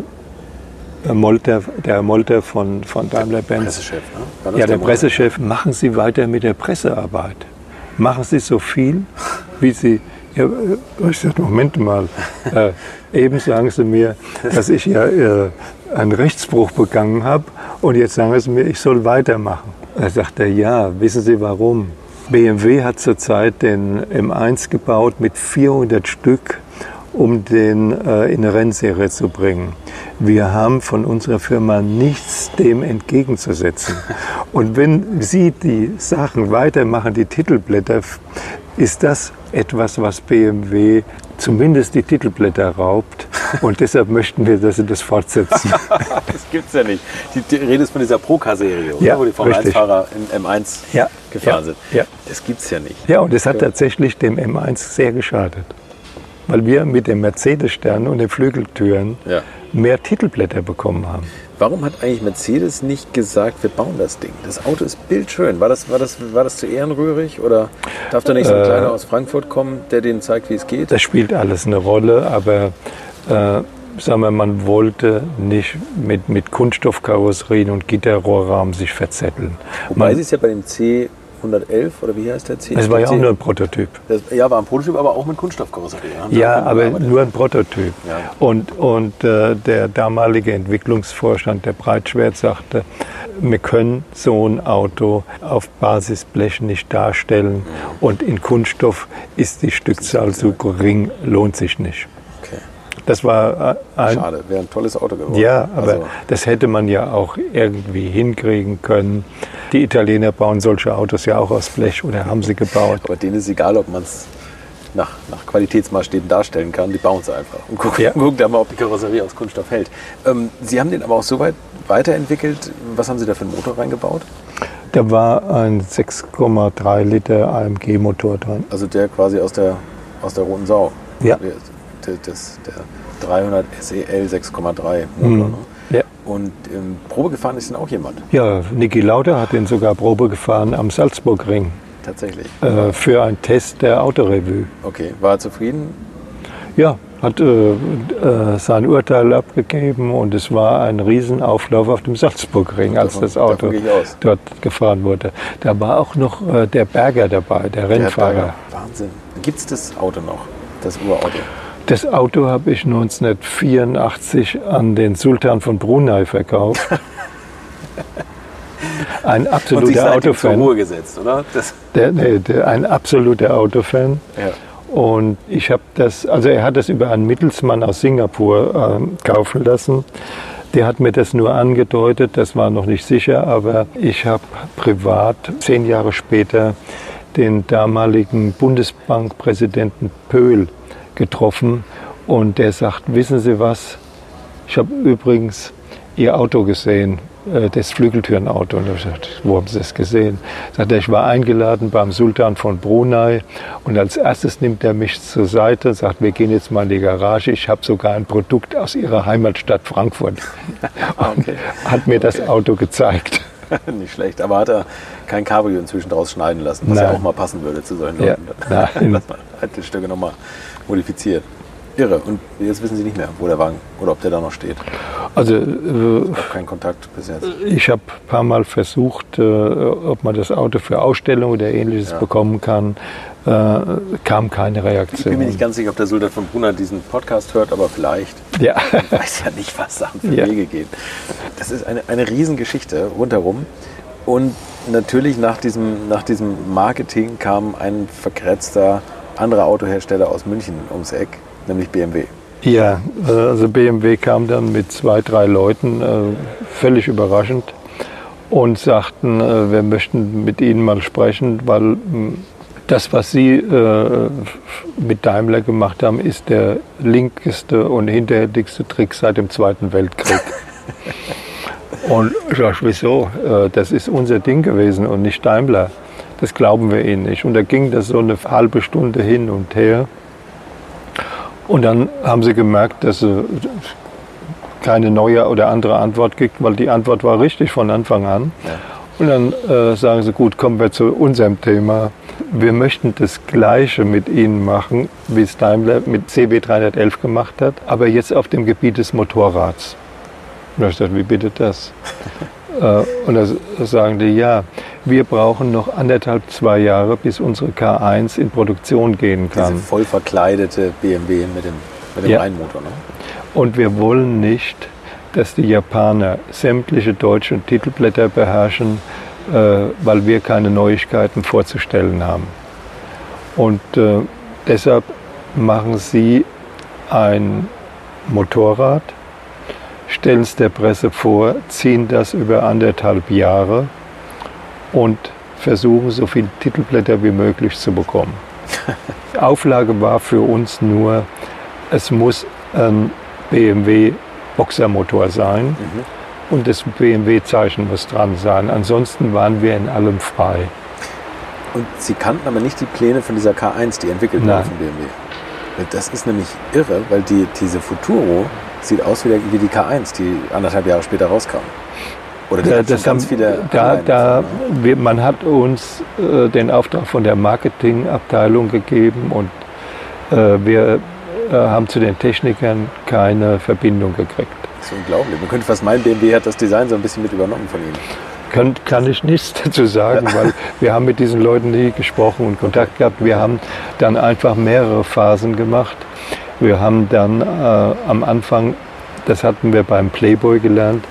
Molter, der Molter von, von Daimler-Benz, Pressechef, ne? Ja, der, der Pressechef, machen Sie weiter mit der Pressearbeit. Machen Sie so viel, wie Sie... Ja, ich sagte, Moment mal, äh, eben sagen Sie mir, dass ich ja äh, einen Rechtsbruch begangen habe und jetzt sagen Sie mir, ich soll weitermachen. Da sagt er, ja, wissen Sie warum? B M W hat zurzeit den M eins gebaut mit vierhundert Stück, um den äh, in eine Rennserie zu bringen. Wir haben von unserer Firma nichts dem entgegenzusetzen. Und wenn Sie die Sachen weitermachen, die Titelblätter, ist das etwas, was B M W zumindest die Titelblätter raubt. Und deshalb möchten wir, dass Sie das fortsetzen. Das gibt's ja nicht. Die, die Rede ist von dieser Procar-Serie, ja, wo die Formel eins Fahrer in M eins ja, gefahren ja, sind. Ja. Das gibt's ja nicht. Ja, und es hat tatsächlich dem M eins sehr geschadet. Weil wir mit dem Mercedes-Stern und den Flügeltüren ja. mehr Titelblätter bekommen haben. Warum hat eigentlich Mercedes nicht gesagt, wir bauen das Ding? Das Auto ist bildschön. War das, war das, war das zu ehrenrührig? Oder darf da nicht so ein äh, Kleiner aus Frankfurt kommen, der denen zeigt, wie es geht? Das spielt alles eine Rolle, aber äh, sagen wir, man wollte nicht mit, mit Kunststoffkarosserien und Gitterrohrrahmen sich verzetteln. Wobei man, sie es ja bei dem C hundertelf, oder wie heißt der C? Es war ja auch nur ein Prototyp. Das, ja, war ein Prototyp, aber auch mit Kunststoffkarosserie. Ja, aber nur ein Prototyp. Ja. Und, und äh, der damalige Entwicklungsvorstand, der Breitschwert, sagte, wir können so ein Auto auf Basisblech nicht darstellen und in Kunststoff ist die Stückzahl so gering, lohnt sich nicht. Okay. Das war ein, schade, wäre ein tolles Auto geworden. Ja, aber also. Das hätte man ja auch irgendwie hinkriegen können. Die Italiener bauen solche Autos ja auch aus Blech oder haben sie gebaut. Aber denen ist egal, ob man es nach, nach Qualitätsmaßstäben darstellen kann. Die bauen es einfach und gucken, ja. gucken da mal, ob die Karosserie aus Kunststoff hält. Ähm, Sie haben den aber auch so weit weiterentwickelt. Was haben Sie da für einen Motor reingebaut? Da war ein sechs Komma drei Liter A M G-Motor drin. Also der quasi aus der, aus der Roten Sau. Ja. Der, das, der dreihundert S E L sechs Komma drei Motor. Mhm. Ne? Ja. Und ähm, Probe gefahren ist denn auch jemand? Ja, Niki Lauda hat den sogar Probe gefahren am Salzburgring. Tatsächlich? Äh, für einen Test der Autorevue. Okay, war er zufrieden? Ja, hat äh, äh, sein Urteil abgegeben und es war ein Riesenauflauf auf dem Salzburgring, als davon, das Auto dort gefahren wurde. Da war auch noch äh, der Berger dabei, der Rennfahrer. Der Wahnsinn. Gibt es das Auto noch, das Urauto? Das Auto habe ich neunzehnhundertvierundachtzig an den Sultan von Brunei verkauft. Ein absoluter und sich Autofan. Zur Ruhe gesetzt, oder? Das der, nee, der, ein absoluter Autofan. Ja. Und ich habe das, also er hat das über einen Mittelsmann aus Singapur äh, kaufen lassen. Der hat mir das nur angedeutet, das war noch nicht sicher, aber ich habe privat zehn Jahre später den damaligen Bundesbankpräsidenten Pöhl getroffen und der sagt, wissen Sie was, ich habe übrigens Ihr Auto gesehen, das Flügeltürenauto. Und ich sagte, wo haben Sie das gesehen? Sagt er, ich war eingeladen beim Sultan von Brunei und als erstes nimmt er mich zur Seite und sagt, wir gehen jetzt mal in die Garage, ich habe sogar ein Produkt aus Ihrer Heimatstadt Frankfurt. Okay. Hat mir das Auto gezeigt. Nicht schlecht, aber hat er kein Cabrio inzwischen draus schneiden lassen, was Nein. ja auch mal passen würde zu solchen Ja, Leuten. nein. Dass man halt die Stücke nochmal modifiziert. Irre. Und jetzt wissen Sie nicht mehr, wo der Wagen oder ob der da noch steht. Also äh, kein Kontakt bis jetzt. Ich habe ein paar Mal versucht, äh, ob man das Auto für Ausstellung oder Ähnliches ja. bekommen kann. Äh, kam keine Reaktion. Ich bin mir nicht ganz sicher, ob der Sultan von Brunei diesen Podcast hört, aber vielleicht. Ja. Ich weiß ja nicht, was da für ja. Wege geht. Das ist eine, eine Riesengeschichte rundherum. Und natürlich nach diesem, nach diesem Marketing kam ein verkratzter anderer Autohersteller aus München ums Eck, nämlich B M W. Ja, also B M W kam dann mit zwei, drei Leuten, äh, völlig überraschend, und sagten, äh, wir möchten mit Ihnen mal sprechen, weil mh, das, was Sie äh, mit Daimler gemacht haben, ist der linkeste und hinterhältigste Trick seit dem Zweiten Weltkrieg. Und ich sage, wieso? Äh, das ist unser Ding gewesen und nicht Daimler. Das glauben wir Ihnen nicht. Und da ging das so eine halbe Stunde hin und her. Und dann haben sie gemerkt, dass sie keine neue oder andere Antwort kriegt, weil die Antwort war richtig von Anfang an. Ja. Und dann äh, sagen sie, gut, kommen wir zu unserem Thema. Wir möchten das Gleiche mit Ihnen machen, wie es Daimler mit C B dreihundertelf gemacht hat, aber jetzt auf dem Gebiet des Motorrads. Und ich dachte, wie bitte das? äh, und da sagen die, ja, wir brauchen noch anderthalb, zwei Jahre, bis unsere K eins in Produktion gehen kann. Diese voll verkleidete B M W mit dem, mit dem ja. Reihenmotor, ne? Und wir wollen nicht, dass die Japaner sämtliche deutschen Titelblätter beherrschen, äh, weil wir keine Neuigkeiten vorzustellen haben. Und äh, deshalb machen sie ein Motorrad, stellen es der Presse vor, ziehen das über anderthalb Jahre und versuchen, so viele Titelblätter wie möglich zu bekommen. Die Auflage war für uns nur, es muss ein B M W-Boxermotor sein mhm. und das B M W-Zeichen muss dran sein. Ansonsten waren wir in allem frei. Und Sie kannten aber nicht die Pläne von dieser K eins, die entwickelt wurde von B M W? Das ist nämlich irre, weil die, diese Futuro sieht aus wie, der, wie die K eins, die anderthalb Jahre später rauskam. Oder die ja, hat das ganz haben, viele da, da, wir, Man hat uns äh, den Auftrag von der Marketingabteilung gegeben und äh, wir äh, haben zu den Technikern keine Verbindung gekriegt. Das ist unglaublich. Man könnte fast meinen, B M W hat das Design so ein bisschen mit übernommen von Ihnen. Kann, kann ich nichts dazu sagen, ja. weil wir haben mit diesen Leuten nie gesprochen und Kontakt gehabt. Wir haben dann einfach mehrere Phasen gemacht. Wir haben dann äh, am Anfang, das hatten wir beim Playboy gelernt,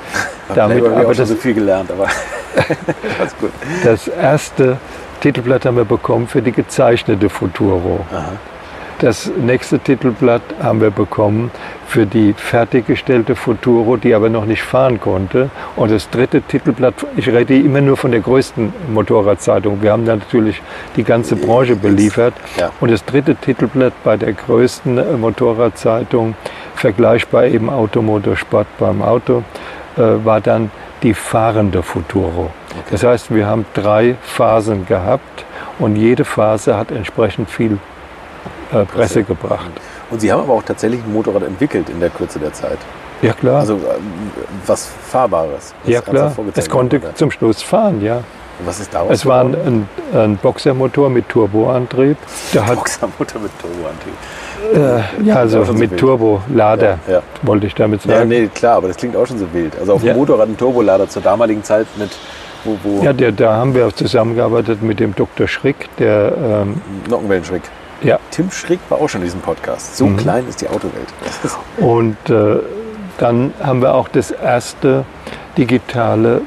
damit aber aber schon so viel gelernt, aber das gut. Das erste Titelblatt haben wir bekommen für die gezeichnete Futuro. Aha. Das nächste Titelblatt haben wir bekommen für die fertiggestellte Futuro, die aber noch nicht fahren konnte. Und das dritte Titelblatt, ich rede immer nur von der größten Motorradzeitung. Wir haben da natürlich die ganze Branche beliefert. Ja. Und das dritte Titelblatt bei der größten Motorradzeitung, vergleichbar eben Automotorsport beim Auto, äh, war dann die fahrende Futuro. Okay. Das heißt, wir haben drei Phasen gehabt und jede Phase hat entsprechend viel Äh, Presse gebracht. Und Sie haben aber auch tatsächlich ein Motorrad entwickelt in der Kürze der Zeit. Ja, klar. Also äh, was Fahrbares. Was ja, klar. Es konnte wurde. zum Schluss fahren, ja. Und was ist daraus? Es war ein, ein, ein Boxermotor mit Turboantrieb. Der hat, Boxermotor mit Turboantrieb. Äh, ja, also mit so Turbolader, ja, ja. wollte ich damit sagen. Ja, nee, klar, aber das klingt auch schon so wild. Also auf dem ja. Motorrad ein Turbolader zur damaligen Zeit mit... Wo, wo ja, der, da haben wir zusammengearbeitet mit dem Doktor Schrick, der... Ähm, Nockenwellen-Schrick. Ja. Tim Schrick war auch schon in diesem Podcast. So mhm. klein ist die Autowelt. Und äh, dann haben wir auch das erste digitale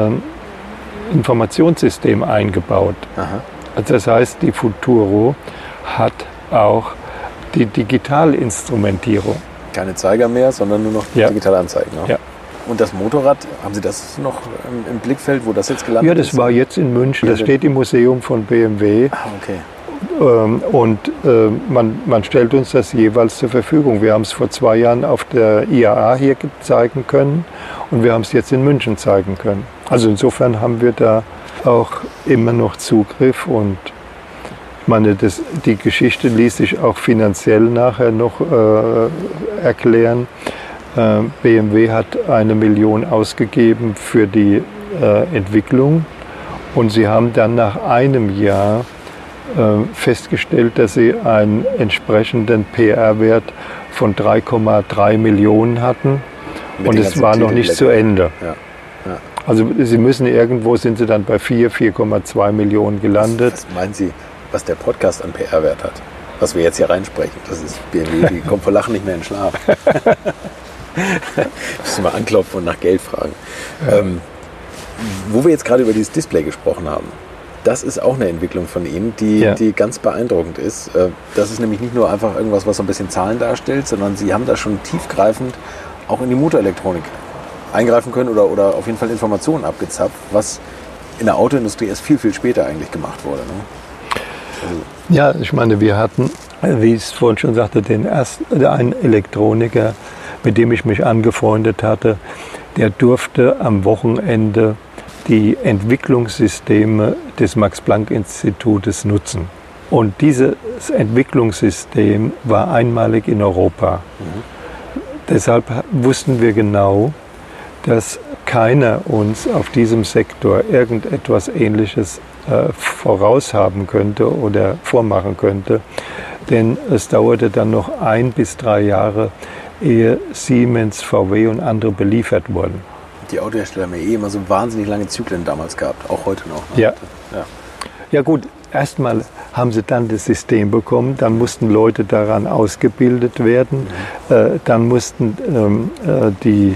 äh, Informationssystem eingebaut. Aha. Also das heißt, die Futuro hat auch die Digitalinstrumentierung. Keine Zeiger mehr, sondern nur noch ja. digitale Anzeigen. Ne? Ja. Und das Motorrad, haben Sie das noch im, im Blickfeld, wo das jetzt gelandet ist? Ja, das ist? war jetzt in München. Das steht im Museum von B M W. Ah, okay. Und äh, man, man stellt uns das jeweils zur Verfügung. Wir haben es vor zwei Jahren auf der I A A hier zeigen können und wir haben es jetzt in München zeigen können. Also insofern haben wir da auch immer noch Zugriff und ich meine, das, die Geschichte ließ sich auch finanziell nachher noch äh, erklären. Äh, B M W hat eine Million ausgegeben für die äh, Entwicklung und sie haben dann nach einem Jahr festgestellt, dass sie einen entsprechenden P R-Wert von drei Komma drei Millionen hatten. Mit und es war noch nicht zu Ende. Ja. Ja. Also sie müssen irgendwo, sind sie dann bei vier, vier Komma zwei Millionen gelandet. Was, was meinen Sie, was der Podcast an P R-Wert hat? Was wir jetzt hier reinsprechen, das ist B M W, die kommt vor Lachen nicht mehr in Schlaf. Müssen wir anklopfen und nach Geld fragen. Ja. Ähm, wo wir jetzt gerade über dieses Display gesprochen haben, das ist auch eine Entwicklung von Ihnen, die, ja. die ganz beeindruckend ist. Das ist nämlich nicht nur einfach irgendwas, was so ein bisschen Zahlen darstellt, sondern Sie haben da schon tiefgreifend auch in die Motorelektronik eingreifen können oder, oder auf jeden Fall Informationen abgezapft, was in der Autoindustrie erst viel, viel später eigentlich gemacht wurde. Ne? Also ja, ich meine, wir hatten, wie ich es vorhin schon sagte, den ersten, einen Elektroniker, mit dem ich mich angefreundet hatte, der durfte am Wochenende die Entwicklungssysteme des Max-Planck-Institutes nutzen. Und dieses Entwicklungssystem war einmalig in Europa. Mhm. Deshalb wussten wir genau, dass keiner uns auf diesem Sektor irgendetwas Ähnliches äh, voraushaben könnte oder vormachen könnte. Denn es dauerte dann noch ein bis drei Jahre, ehe Siemens, V W und andere beliefert wurden. Die Autohersteller haben ja eh immer so wahnsinnig lange Zyklen damals gehabt, auch heute noch. Ne? Ja. Ja. Ja gut, erstmal haben sie dann das System bekommen, dann mussten Leute daran ausgebildet werden, mhm. äh, dann mussten ähm, äh, die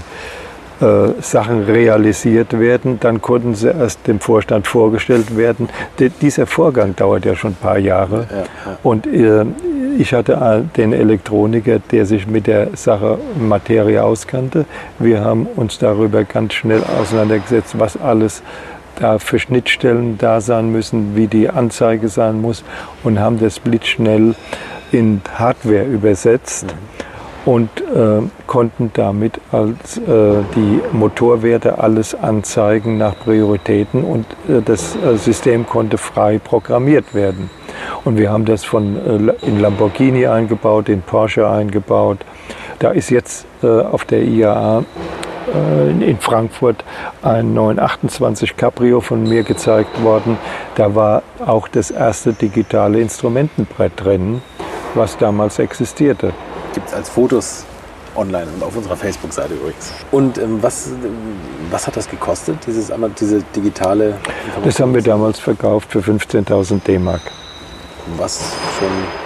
äh, Sachen realisiert werden, dann konnten sie erst dem Vorstand vorgestellt werden. D- dieser Vorgang dauert ja schon ein paar Jahre. Ja, ja. Und äh, ich hatte den Elektroniker, der sich mit der Sache Materie auskannte. Wir haben uns darüber ganz schnell auseinandergesetzt, was alles da für Schnittstellen da sein müssen, wie die Anzeige sein muss und haben das blitzschnell in Hardware übersetzt mhm. und äh, konnten damit als äh, die Motorwerte alles anzeigen nach Prioritäten und äh, das äh, System konnte frei programmiert werden. Und wir haben das von, äh, in Lamborghini eingebaut, in Porsche eingebaut. Da ist jetzt äh, auf der I A A äh, in Frankfurt ein neun achtundzwanzig Cabrio von mir gezeigt worden. Da war auch das erste digitale Instrumentenbrett drin, was damals existierte. Gibt es als Fotos online und auf unserer Facebook-Seite übrigens. Und ähm, was, was hat das gekostet, dieses, diese digitale Information? Das haben wir damals verkauft für fünfzehntausend D-Mark. Was schon,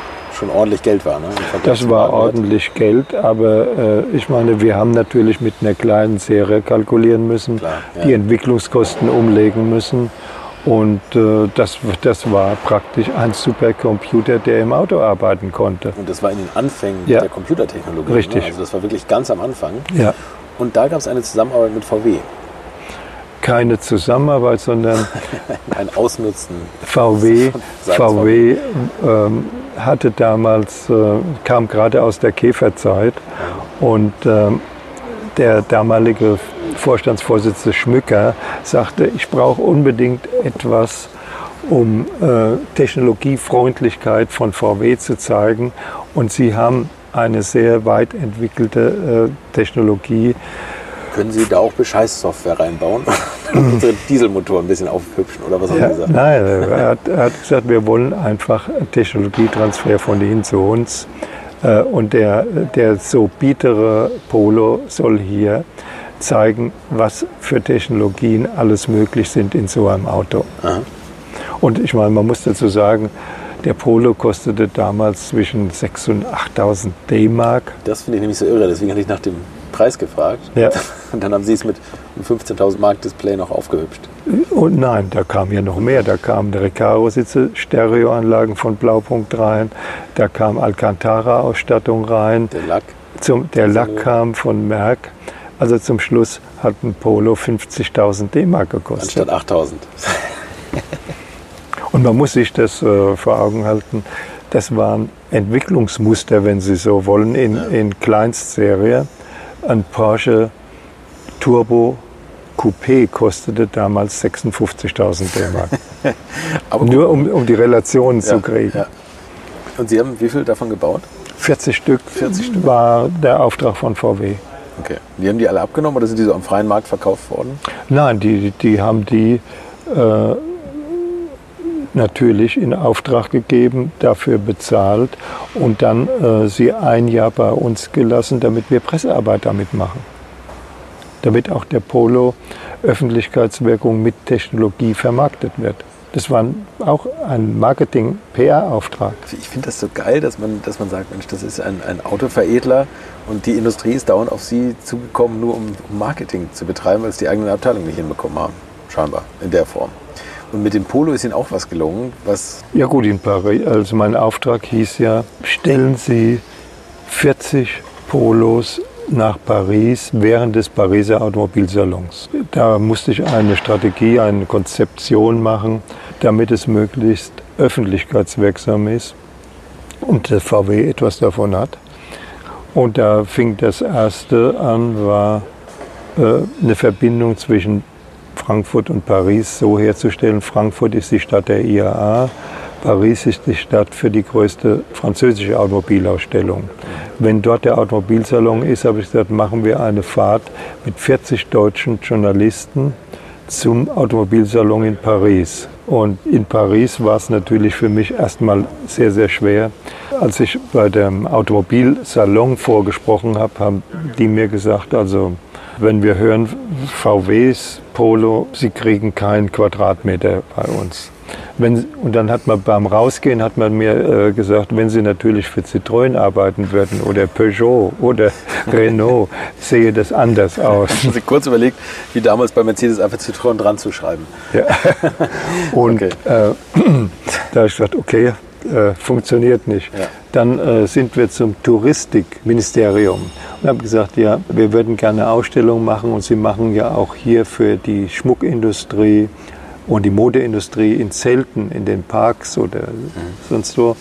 schon ordentlich Geld war, ne? Das war ordentlich Geld, aber äh, ich meine, wir haben natürlich mit einer kleinen Serie kalkulieren müssen, Klar, ja. die Entwicklungskosten umlegen müssen. Und äh, das, das war praktisch ein Supercomputer, der im Auto arbeiten konnte. Und das war in den Anfängen ja. der Computertechnologie. Richtig. Ne? Also das war wirklich ganz am Anfang. Ja. Und da gab es eine Zusammenarbeit mit V W. Keine Zusammenarbeit, sondern ein Ausnutzen. V W, V W ähm, hatte damals, äh, kam gerade aus der Käferzeit ja. und ähm, der damalige Vorstandsvorsitzende Schmücker sagte, ich brauche unbedingt etwas, um äh, Technologiefreundlichkeit von V W zu zeigen. Und sie haben eine sehr weit entwickelte äh, Technologie. Können Sie da auch Bescheißsoftware reinbauen? Unsere Dieselmotoren ein bisschen aufhübschen oder was haben ja, Sie gesagt? Nein, er hat, er hat gesagt, wir wollen einfach Technologietransfer von Ihnen zu uns. Äh, und der, der so bietere Polo soll hier zeigen, was für Technologien alles möglich sind in so einem Auto. Aha. Und ich meine, man muss dazu sagen, der Polo kostete damals zwischen sechstausend und achttausend D-Mark. Das finde ich nämlich so irre, deswegen hatte ich nach dem Preis gefragt. Ja. Und dann haben Sie es mit einem fünfzehntausend Mark Display noch aufgehübscht. Und nein, da kam ja noch mehr. Da kamen Recaro-Sitze, Stereoanlagen von Blaupunkt rein, da kam Alcantara-Ausstattung rein. Der Lack. Zum, der Lack kam von Merck. Also zum Schluss hat ein Polo fünfzigtausend D-Mark gekostet. Anstatt achttausend. Und man muss sich das äh, vor Augen halten. Das waren Entwicklungsmuster, wenn Sie so wollen, in, ja. in Kleinstserie. Ein Porsche Turbo Coupé kostete damals sechsundfünfzigtausend D-Mark. Nur um, um die Relationen ja, zu kriegen. Ja. Und Sie haben wie viel davon gebaut? vierzig Stück, vierzig Stück war der Auftrag von V W. Okay. Die haben die alle abgenommen oder sind die so am freien Markt verkauft worden? Nein, die, die haben die äh, natürlich in Auftrag gegeben, dafür bezahlt und dann äh, sie ein Jahr bei uns gelassen, damit wir Pressearbeit damit machen. Damit auch der Polo Öffentlichkeitswirkung mit Technologie vermarktet wird. Das war auch ein Marketing-P R-Auftrag. Ich finde das so geil, dass man, dass man sagt, Mensch, das ist ein, ein Autoveredler und die Industrie ist dauernd auf sie zugekommen, nur um, um Marketing zu betreiben, weil es die eigenen Abteilungen nicht hinbekommen haben. Scheinbar, in der Form. Und mit dem Polo ist Ihnen auch was gelungen, was... Ja gut, in Paris, also mein Auftrag hieß ja, stellen Sie vierzig Polos nach Paris während des Pariser Automobilsalons. Da musste ich eine Strategie, eine Konzeption machen, damit es möglichst öffentlichkeitswirksam ist und der V W etwas davon hat. Und da fing das erste an, war äh, eine Verbindung zwischen Frankfurt und Paris so herzustellen. Frankfurt ist die Stadt der I A A, Paris ist die Stadt für die größte französische Automobilausstellung. Wenn dort der Automobilsalon ist, habe ich gesagt, machen wir eine Fahrt mit vierzig deutschen Journalisten zum Automobilsalon in Paris. Und in Paris war es natürlich für mich erstmal sehr, sehr schwer. Als ich bei dem Automobilsalon vorgesprochen habe, haben die mir gesagt, also wenn wir hören, V Ws Polo, sie kriegen keinen Quadratmeter bei uns. Wenn, und dann hat man beim Rausgehen hat man mir äh, gesagt, wenn Sie natürlich für Citroën arbeiten würden oder Peugeot oder Renault, sehe das anders aus. Ich habe kurz überlegt, wie damals bei Mercedes einfach Citroën dran zu schreiben. Ja. Und okay. äh, da habe ich gesagt, okay, äh, funktioniert nicht. Ja. Dann äh, sind wir zum Touristikministerium und haben gesagt, ja, wir würden gerne Ausstellungen machen und Sie machen ja auch hier für die Schmuckindustrie und die Modeindustrie in Zelten, in den Parks oder mhm. sonst wo.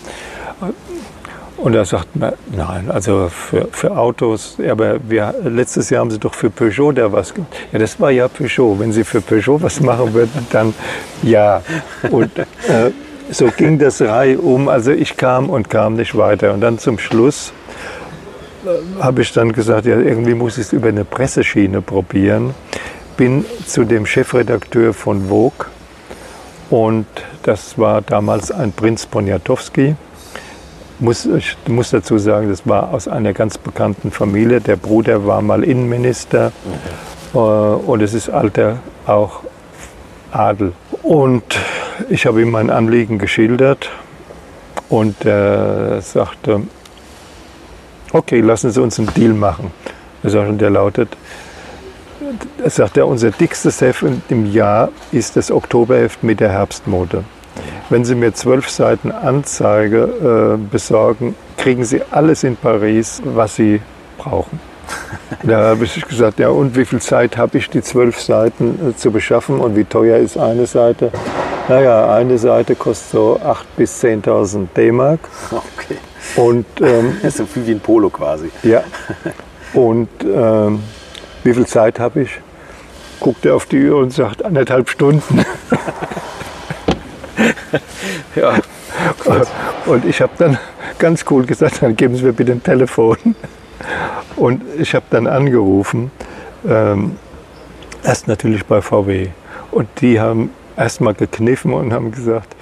Und da sagt man, nein, also für, für Autos, aber wir, letztes Jahr haben Sie doch für Peugeot da was gemacht. Ja, das war ja Peugeot. Wenn Sie für Peugeot was machen würden, dann ja. Und äh, so ging das reihum. Also ich kam und kam nicht weiter. Und dann zum Schluss äh, habe ich dann gesagt, ja, irgendwie muss ich es über eine Presseschiene probieren. Bin zu dem Chefredakteur von Vogue und das war damals ein Prinz Poniatowski. Muss, ich muss dazu sagen, das war aus einer ganz bekannten Familie. Der Bruder war mal Innenminister mhm. äh, und es ist alter auch Adel. Und ich habe ihm mein Anliegen geschildert Und er sagte, okay, lassen Sie uns einen Deal machen. Und der lautet, er sagt, ja, unser dickstes Heft im Jahr ist das Oktoberheft mit der Herbstmode. Wenn Sie mir zwölf Seiten Anzeige äh, besorgen, kriegen Sie alles in Paris, was Sie brauchen. Da habe ich gesagt, ja, und wie viel Zeit habe ich, die zwölf Seiten äh, zu beschaffen und wie teuer ist eine Seite? Naja, eine Seite kostet so achttausend bis zehntausend D-Mark. Okay. Und, ähm, das ist so viel wie ein Polo quasi. Ja. Und ähm, wie viel Zeit habe ich? Guckt er auf die Uhr und sagt, anderthalb Stunden. Ja. Und ich habe dann ganz cool gesagt, dann geben Sie mir bitte ein Telefon. Und ich habe dann angerufen, ähm, erst natürlich bei V W. Und die haben erst mal gekniffen und haben gesagt,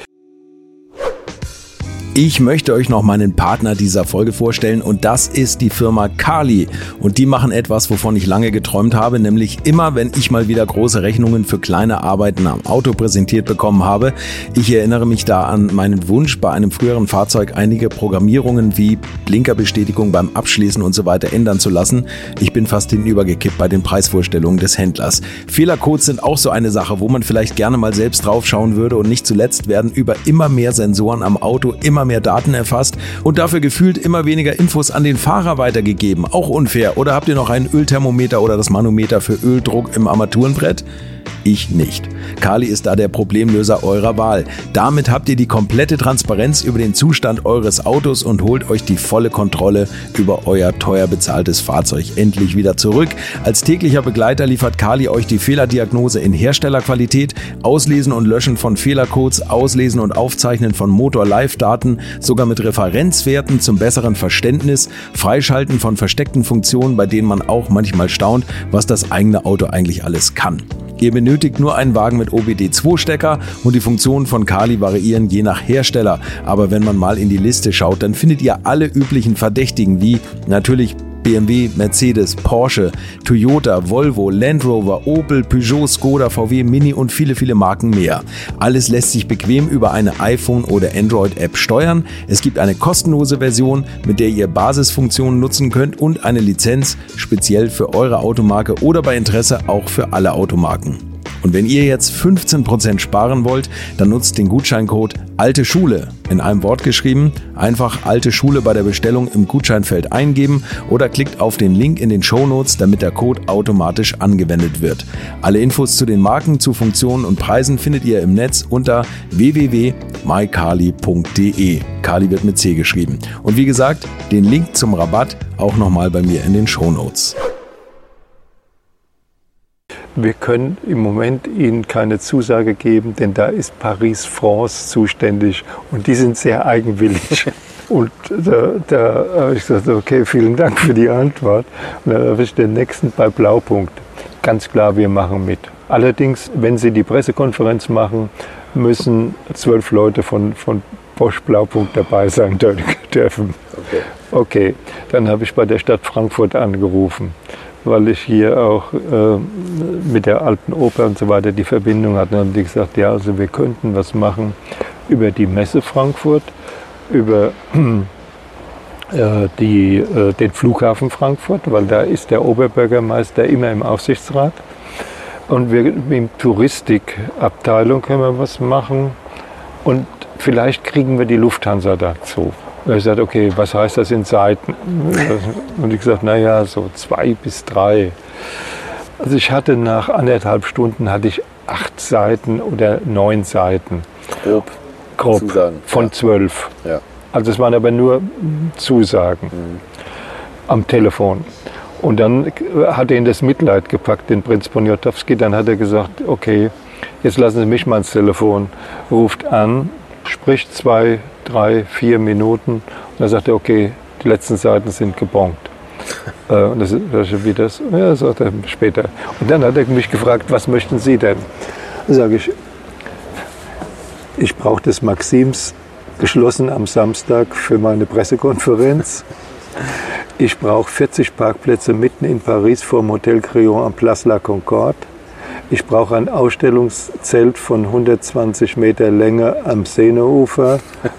ich möchte euch noch meinen Partner dieser Folge vorstellen und das ist die Firma Carli. Und die machen etwas, wovon ich lange geträumt habe, nämlich immer, wenn ich mal wieder große Rechnungen für kleine Arbeiten am Auto präsentiert bekommen habe. Ich erinnere mich da an meinen Wunsch, bei einem früheren Fahrzeug einige Programmierungen wie Blinkerbestätigung beim Abschließen und so weiter ändern zu lassen. Ich bin fast hinübergekippt bei den Preisvorstellungen des Händlers. Fehlercodes sind auch so eine Sache, wo man vielleicht gerne mal selbst draufschauen würde und nicht zuletzt werden über immer mehr Sensoren am Auto immer mehr Daten erfasst und dafür gefühlt immer weniger Infos an den Fahrer weitergegeben. Auch unfair. Oder habt ihr noch einen Ölthermometer oder das Manometer für Öldruck im Armaturenbrett? Ich nicht. Carli ist da der Problemlöser eurer Wahl. Damit habt ihr die komplette Transparenz über den Zustand eures Autos und holt euch die volle Kontrolle über euer teuer bezahltes Fahrzeug endlich wieder zurück. Als täglicher Begleiter liefert Carli euch die Fehlerdiagnose in Herstellerqualität, Auslesen und Löschen von Fehlercodes, Auslesen und Aufzeichnen von Motor-Live-Daten, sogar mit Referenzwerten zum besseren Verständnis, Freischalten von versteckten Funktionen, bei denen man auch manchmal staunt, was das eigene Auto eigentlich alles kann. Ihr benötigt nur einen Wagen mit O B D zwei Stecker und die Funktionen von Carli variieren je nach Hersteller. Aber wenn man mal in die Liste schaut, dann findet ihr alle üblichen Verdächtigen wie natürlich B M W, Mercedes, Porsche, Toyota, Volvo, Land Rover, Opel, Peugeot, Skoda, V W, Mini und viele, viele Marken mehr. Alles lässt sich bequem über eine iPhone- oder Android-App steuern. Es gibt eine kostenlose Version, mit der ihr Basisfunktionen nutzen könnt und eine Lizenz speziell für eure Automarke oder bei Interesse auch für alle Automarken. Und wenn ihr jetzt fünfzehn Prozent sparen wollt, dann nutzt den Gutscheincode Alte Schule, in einem Wort geschrieben, einfach Alte Schule bei der Bestellung im Gutscheinfeld eingeben oder klickt auf den Link in den Shownotes, damit der Code automatisch angewendet wird. Alle Infos zu den Marken, zu Funktionen und Preisen findet ihr im Netz unter w w w punkt my carli punkt d e. Carli wird mit C geschrieben. Und wie gesagt, den Link zum Rabatt auch nochmal bei mir in den Shownotes. Wir können im Moment Ihnen keine Zusage geben, denn da ist Paris-France zuständig und die sind sehr eigenwillig. Und da, da habe ich gesagt, okay, vielen Dank für die Antwort. Und dann habe ich den nächsten bei Blaupunkt. Ganz klar, wir machen mit. Allerdings, wenn Sie die Pressekonferenz machen, müssen zwölf Leute von, von Bosch Blaupunkt dabei sein dürfen. Okay. Okay, dann habe ich bei der Stadt Frankfurt angerufen, weil ich hier auch äh, mit der Alten Oper und so weiter die Verbindung hatte. Und die gesagt, ja, also wir könnten was machen über die Messe Frankfurt, über äh, die, äh, den Flughafen Frankfurt, weil da ist der Oberbürgermeister immer im Aufsichtsrat. Und wir in Touristikabteilung können wir was machen und vielleicht kriegen wir die Lufthansa dazu. Und ich sagte, okay, was heißt das in Seiten? Und ich sagte, naja, so zwei bis drei. Also ich hatte nach anderthalb Stunden hatte ich acht Seiten oder neun Seiten. Grob. Grob. Zusagen. Von ja. zwölf. Ja. Also es waren aber nur Zusagen mhm. am Telefon. Und dann hat er ihn das Mitleid gepackt, den Prinz Poniatowski. Dann hat er gesagt, okay, jetzt lassen Sie mich mal ins Telefon. Ruft an, spricht zwei, drei, vier Minuten. Und dann sagt er, okay, die letzten Seiten sind gebongt. Und das ist wie das? Ja, sagt er später. Und dann hat er mich gefragt, was möchten Sie denn? Dann sage ich, ich brauche das Maxims geschlossen am Samstag für meine Pressekonferenz. Ich brauche vierzig Parkplätze mitten in Paris vor dem Hotel Crillon am Place La Concorde. Ich brauche ein Ausstellungszelt von hundertzwanzig Meter Länge am Seeneufer.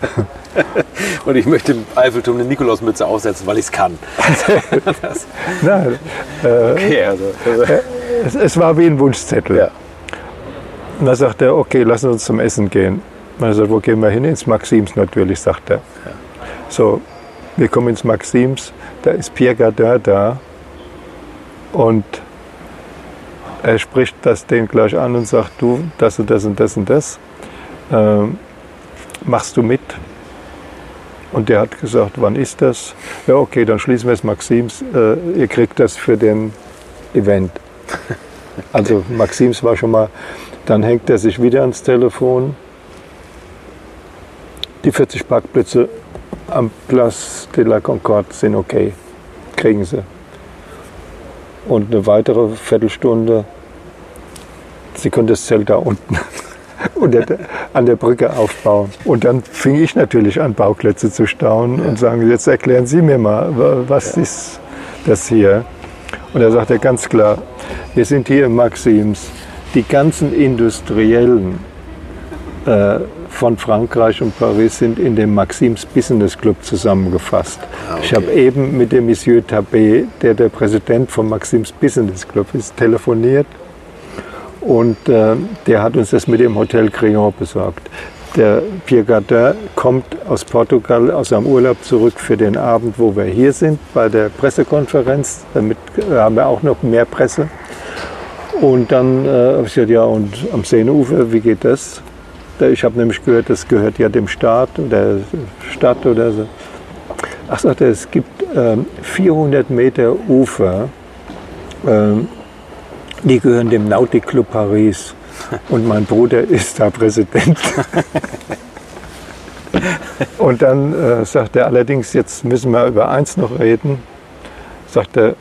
Und ich möchte im Eiffelturm eine Nikolausmütze aufsetzen, weil ich es kann. Das, Nein, äh, okay, also. also. Äh, es, es war wie ein Wunschzettel. Ja. Und dann sagt er, okay, lassen wir uns zum Essen gehen. Und er sagt, wo gehen wir hin? Ins Maxims natürlich, sagt er. Ja. So, wir kommen ins Maxims, da ist Pierre Cardin da und er spricht das den gleich an und sagt, du, das und das und das und das, ähm, machst du mit? Und der hat gesagt, wann ist das? Ja, okay, dann schließen wir es Maxims, äh, ihr kriegt das für den Event. Also Maxims war schon mal, dann hängt er sich wieder ans Telefon. Die vierzig Parkplätze am Place de la Concorde sind okay, kriegen sie. Und eine weitere Viertelstunde, sie können das Zelt da unten unter der, an der Brücke aufbauen. Und dann fing ich natürlich an, Bauklötze zu staunen ja. und sagen, jetzt erklären Sie mir mal, was ja. ist das hier? Und da sagt er ganz klar, wir sind hier im Maxims, die ganzen Industriellen äh, von Frankreich und Paris sind in dem Maxims Business Club zusammengefasst. Ah, okay. Ich habe eben mit dem Monsieur Tabé, der der Präsident vom Maxims Business Club ist, telefoniert und äh, der hat uns das mit dem Hotel Crillon besorgt. Der Pierre Cardin kommt aus Portugal, aus seinem Urlaub zurück für den Abend, wo wir hier sind, bei der Pressekonferenz. Damit haben wir auch noch mehr Presse. Und dann äh, habe ich gesagt, ja, und am Seeneufer, wie geht das? Ich habe nämlich gehört, das gehört ja dem Staat oder Stadt oder so. Ach, sagt er, es gibt ähm, vierhundert Meter Ufer, ähm, die gehören dem Nautic Club Paris. Und mein Bruder ist da Präsident. Und dann äh, sagt er allerdings, jetzt müssen wir über eins noch reden. Sagt er,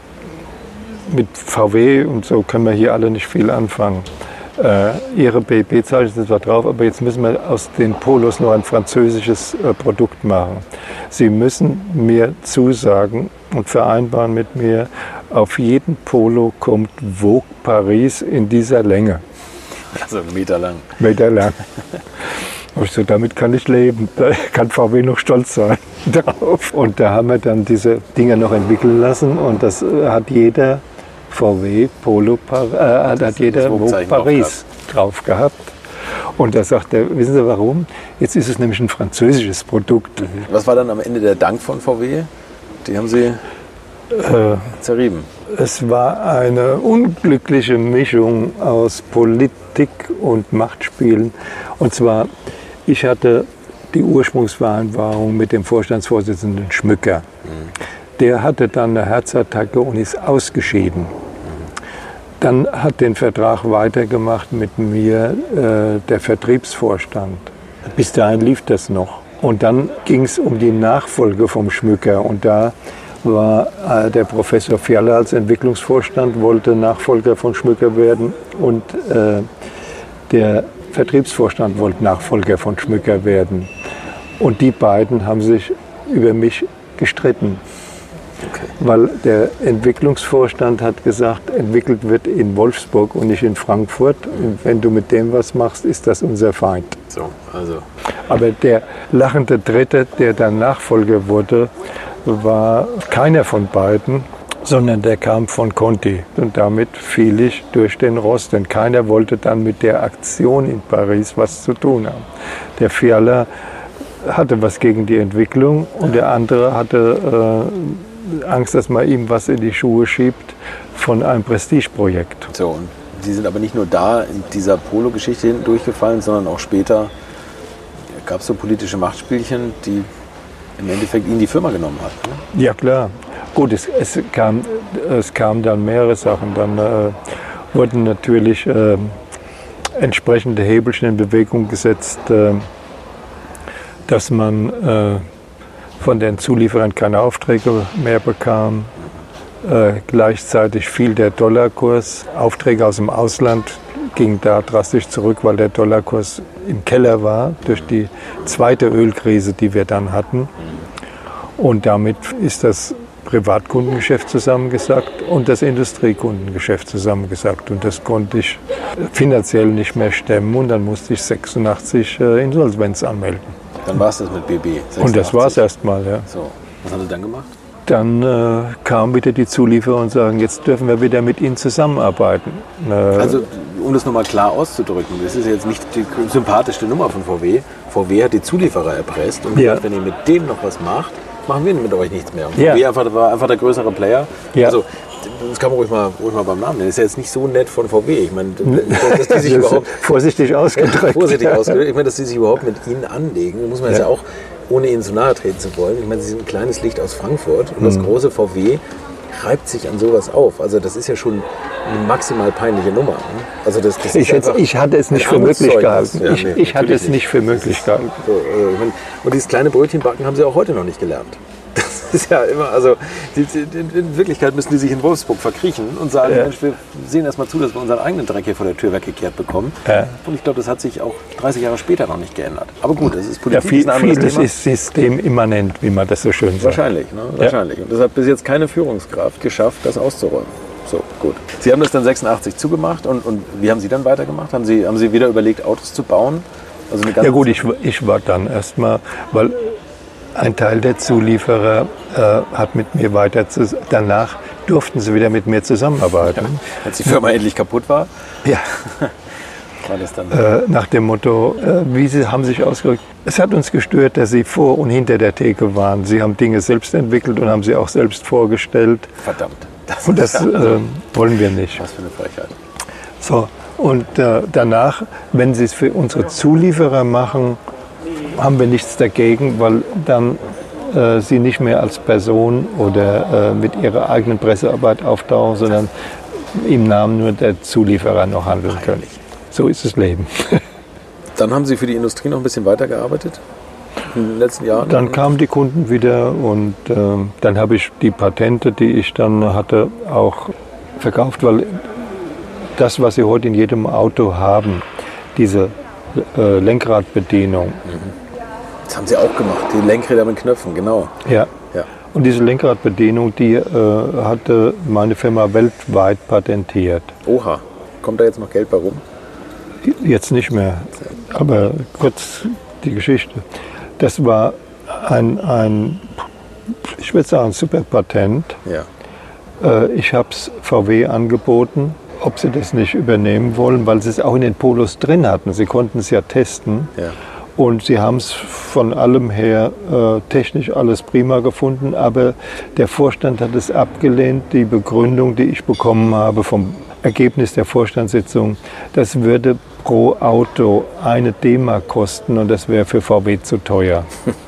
mit V W und so können wir hier alle nicht viel anfangen. Äh, ihre B B-Zeichen sind zwar drauf, aber jetzt müssen wir aus den Polos noch ein französisches äh, Produkt machen. Sie müssen mir zusagen und vereinbaren mit mir, auf jeden Polo kommt Vogue Paris in dieser Länge. Also Meter lang. Meter lang. Und ich so, damit kann ich leben. Da kann V W noch stolz sein drauf. Und da haben wir dann diese Dinger noch entwickeln lassen und das hat jeder V W Polo äh, hat, hat jeder Vogue Paris drauf gehabt. Und da sagt er, wissen Sie warum? Jetzt ist es nämlich ein französisches Produkt. Mhm. Was war dann am Ende der Dank von V W? Die haben Sie äh, zerrieben. Es war eine unglückliche Mischung aus Politik und Machtspielen. Und zwar, ich hatte die Ursprungsvereinbarung mit dem Vorstandsvorsitzenden Schmücker. Mhm. Der hatte dann eine Herzattacke und ist ausgeschieden. Dann hat den Vertrag weitergemacht mit mir äh, der Vertriebsvorstand. Bis dahin lief das noch. Und dann ging es um die Nachfolge vom Schmücker. Und da war äh, der Professor Fiala als Entwicklungsvorstand, wollte Nachfolger von Schmücker werden. Und äh, der Vertriebsvorstand wollte Nachfolger von Schmücker werden. Und die beiden haben sich über mich gestritten. Okay. Weil der Entwicklungsvorstand hat gesagt, entwickelt wird in Wolfsburg und nicht in Frankfurt. Und wenn du mit dem was machst, ist das unser Feind. So, also. Aber der lachende Dritte, der dann Nachfolger wurde, war keiner von beiden, sondern der kam von Conti. Und damit fiel ich durch den Rost. Denn keiner wollte dann mit der Aktion in Paris was zu tun haben. Der Fiala hatte was gegen die Entwicklung und der andere hatte äh, Angst, dass man ihm was in die Schuhe schiebt von einem Prestigeprojekt. So, und Sie sind aber nicht nur da in dieser Polo-Geschichte durchgefallen, sondern auch später gab es so politische Machtspielchen, die im Endeffekt Ihnen die Firma genommen hat. Ne? Ja, klar. Gut, es, es, kam, es kamen dann mehrere Sachen. Dann äh, wurden natürlich äh, entsprechende Hebelchen in Bewegung gesetzt, äh, dass man äh, von den Zulieferern keine Aufträge mehr bekam. Äh, gleichzeitig fiel der Dollarkurs. Aufträge aus dem Ausland gingen da drastisch zurück, weil der Dollarkurs im Keller war durch die zweite Ölkrise, die wir dann hatten. Und damit ist das Privatkundengeschäft zusammengesackt und das Industriekundengeschäft zusammengesackt. Und das konnte ich finanziell nicht mehr stemmen und dann musste ich sechsundachtzig äh, Insolvenz anmelden. Dann war es das mit B B. sechsundachtzig. Und das war es erstmal, ja. So, was haben Sie dann gemacht? Dann äh, kamen wieder die Zulieferer und sagen, jetzt dürfen wir wieder mit ihnen zusammenarbeiten. Äh, Also, um das nochmal klar auszudrücken, das ist jetzt nicht die sympathischste Nummer von V W. V W hat die Zulieferer erpresst und Ja. gesagt, wenn ihr mit dem noch was macht, machen wir mit euch nichts mehr. Und Ja. V W einfach, war einfach der größere Player. Ja. Also, das kann man ruhig mal, ruhig mal beim Namen nennen. Das ist ja jetzt nicht so nett von V W. Ich meine, dass die sich das ist überhaupt vorsichtig ausgedrückt. vorsichtig ausgedrückt. Ich meine, dass sie sich überhaupt mit ihnen anlegen, muss man jetzt ja auch, ohne ihnen zu nahe treten zu wollen. Ich meine, sie sind ein kleines Licht aus Frankfurt und das große V W reibt sich an sowas auf. Also das ist ja schon eine maximal peinliche Nummer. Also das, das Ich, ist jetzt, einfach ich hatte es nicht ein für möglich Armutszeugnis. gehalten. Ja, Ich, nee, ich hatte natürlich es nicht für möglich gehalten. So, äh, ich meine, und dieses kleine Brötchenbacken haben sie auch heute noch nicht gelernt. Das ist ja immer, also die, die, in Wirklichkeit müssen die sich in Wolfsburg verkriechen und sagen, Ja. Mensch, wir sehen erst mal zu, dass wir unseren eigenen Dreck hier vor der Tür weggekehrt bekommen. Ja. Und ich glaube, das hat sich auch dreißig Jahre später noch nicht geändert. Aber gut, das ist Ja, Politik, viel, ist ein anderes vieles Thema. ist systemimmanent, wie man das so schön sagt. Wahrscheinlich, ne? Wahrscheinlich. Und das hat bis jetzt keine Führungskraft geschafft, das auszuräumen. So, gut. Sie haben das dann sechsundachtzig zugemacht und, und wie haben Sie dann weitergemacht? Haben Sie, haben Sie wieder überlegt, Autos zu bauen? Also eine ganze Ja gut, ich, ich war dann erstmal, weil ein Teil der Zulieferer äh, hat mit mir weiter, zu, danach durften sie wieder mit mir zusammenarbeiten. Als die Firma endlich kaputt war, Ja. war das dann... Äh, nach dem Motto, äh, wie sie haben sich ausgedrückt, es hat uns gestört, dass sie vor und hinter der Theke waren. Sie haben Dinge selbst entwickelt und haben sie auch selbst vorgestellt. Verdammt. Das Und das ist ja, äh, wollen wir nicht. was für eine Frechheit. So, und äh, danach, wenn sie es für unsere Zulieferer machen, haben wir nichts dagegen, weil dann äh, sie nicht mehr als Person oder äh, mit ihrer eigenen Pressearbeit auftauchen, sondern im Namen nur der Zulieferer noch handeln können. So ist das Leben. Dann haben Sie für die Industrie noch ein bisschen weitergearbeitet in den letzten Jahren? Dann kamen die Kunden wieder und äh, dann habe ich die Patente, die ich dann hatte, auch verkauft, weil das, was Sie heute in jedem Auto haben, diese äh, Lenkradbedienung, Das haben Sie auch gemacht, die Lenkräder mit Knöpfen, genau. ja. Ja. Und diese Lenkradbedienung, die äh, hatte meine Firma weltweit patentiert. Oha, kommt da jetzt noch Geld bei rum? Jetzt nicht mehr, aber kurz die Geschichte. Das war ein, ein ich würde sagen, super Patent. Ja. Äh, ich habe es V W angeboten, ob sie das nicht übernehmen wollen, weil sie es auch in den Polos drin hatten. Sie konnten es ja testen. Ja. Und sie haben es von allem her äh, technisch alles prima gefunden, aber der Vorstand hat es abgelehnt. Die Begründung, die ich bekommen habe vom Ergebnis der Vorstandssitzung, das würde pro Auto eine D-Mark kosten und das wäre für V W zu teuer.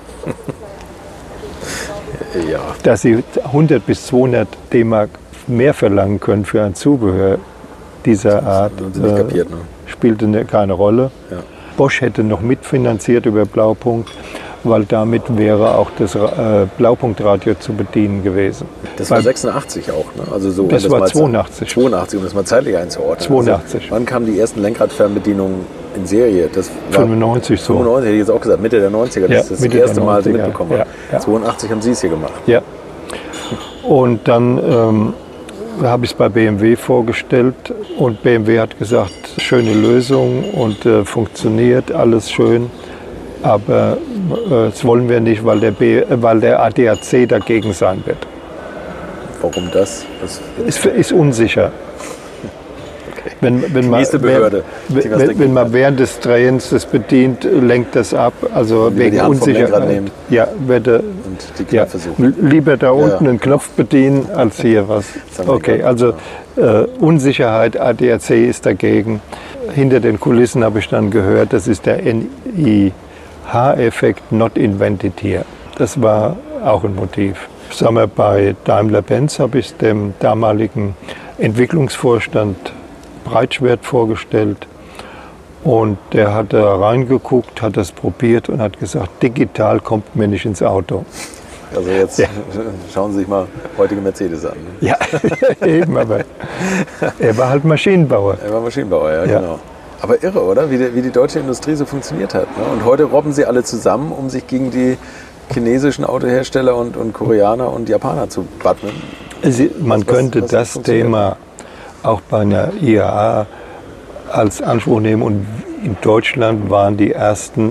Ja. Dass sie hundert bis zweihundert D-Mark mehr verlangen können für ein Zubehör dieser Art, haben Sie nicht kapiert, ne? spielte ne, keine Rolle. Ja. Bosch hätte noch mitfinanziert über Blaupunkt, weil damit wäre auch das äh, Blaupunktradio zu bedienen gewesen. Das war Weil- sechsundachtzig auch, ne? Also so, um Das war mal zweiundachtzig. zweiundachtzig, um das mal zeitlich einzuordnen. zweiundachtzig. Also, wann kamen die ersten Lenkradfernbedienungen in Serie? Das war fünfundneunzig so. fünfundneunzig, hätte ich jetzt auch gesagt, Mitte der neunziger, Ja, dass ich das Mitte das erste der Mal so neunziger, mitbekommen habe. ja, ja. zweiundachtzig haben Sie es hier gemacht. Ja. Und dann ähm, habe ich es bei B M W vorgestellt und B M W hat gesagt, schöne Lösung und äh, funktioniert, alles schön. Aber äh, das wollen wir nicht, weil der, B, äh, weil der A D A C dagegen sein wird. Warum das? das Ist, ist unsicher. okay. Wenn, wenn, man, Nächste Behörde, die was wenn, dagegen wenn man hat. während des Drehens das bedient, lenkt das ab. Also Lieber wegen die Hand vom Lenkrad Unsicherheit. nehmen. Ja, werde, Und die ja, Knöpfe suchen. lieber da unten ja. einen Knopf bedienen als hier was. haben wir Okay, gedacht, also äh, Unsicherheit, A D A C ist dagegen. Hinter den Kulissen habe ich dann gehört, das ist der N I H-Effekt, not invented here. Das war auch ein Motiv. Sagen wir, bei Daimler-Benz habe ich es dem damaligen Entwicklungsvorstand Breitschwert vorgestellt. Und der hat da reingeguckt, hat das probiert und hat gesagt, digital kommt mir nicht ins Auto. Also jetzt Ja. schauen Sie sich mal heutige Mercedes an. Ne? Ja, eben, aber er war halt Maschinenbauer. Er war Maschinenbauer, ja, Ja. genau. Aber irre, oder? Wie die, wie die deutsche Industrie so funktioniert hat. Ne? Und heute robben sie alle zusammen, um sich gegen die chinesischen Autohersteller und, und Koreaner und Japaner zu wappnen. Sie, man Was- was- könnte was das funktioniert? Thema auch bei einer I A A als Anspruch nehmen. Und in Deutschland waren die ersten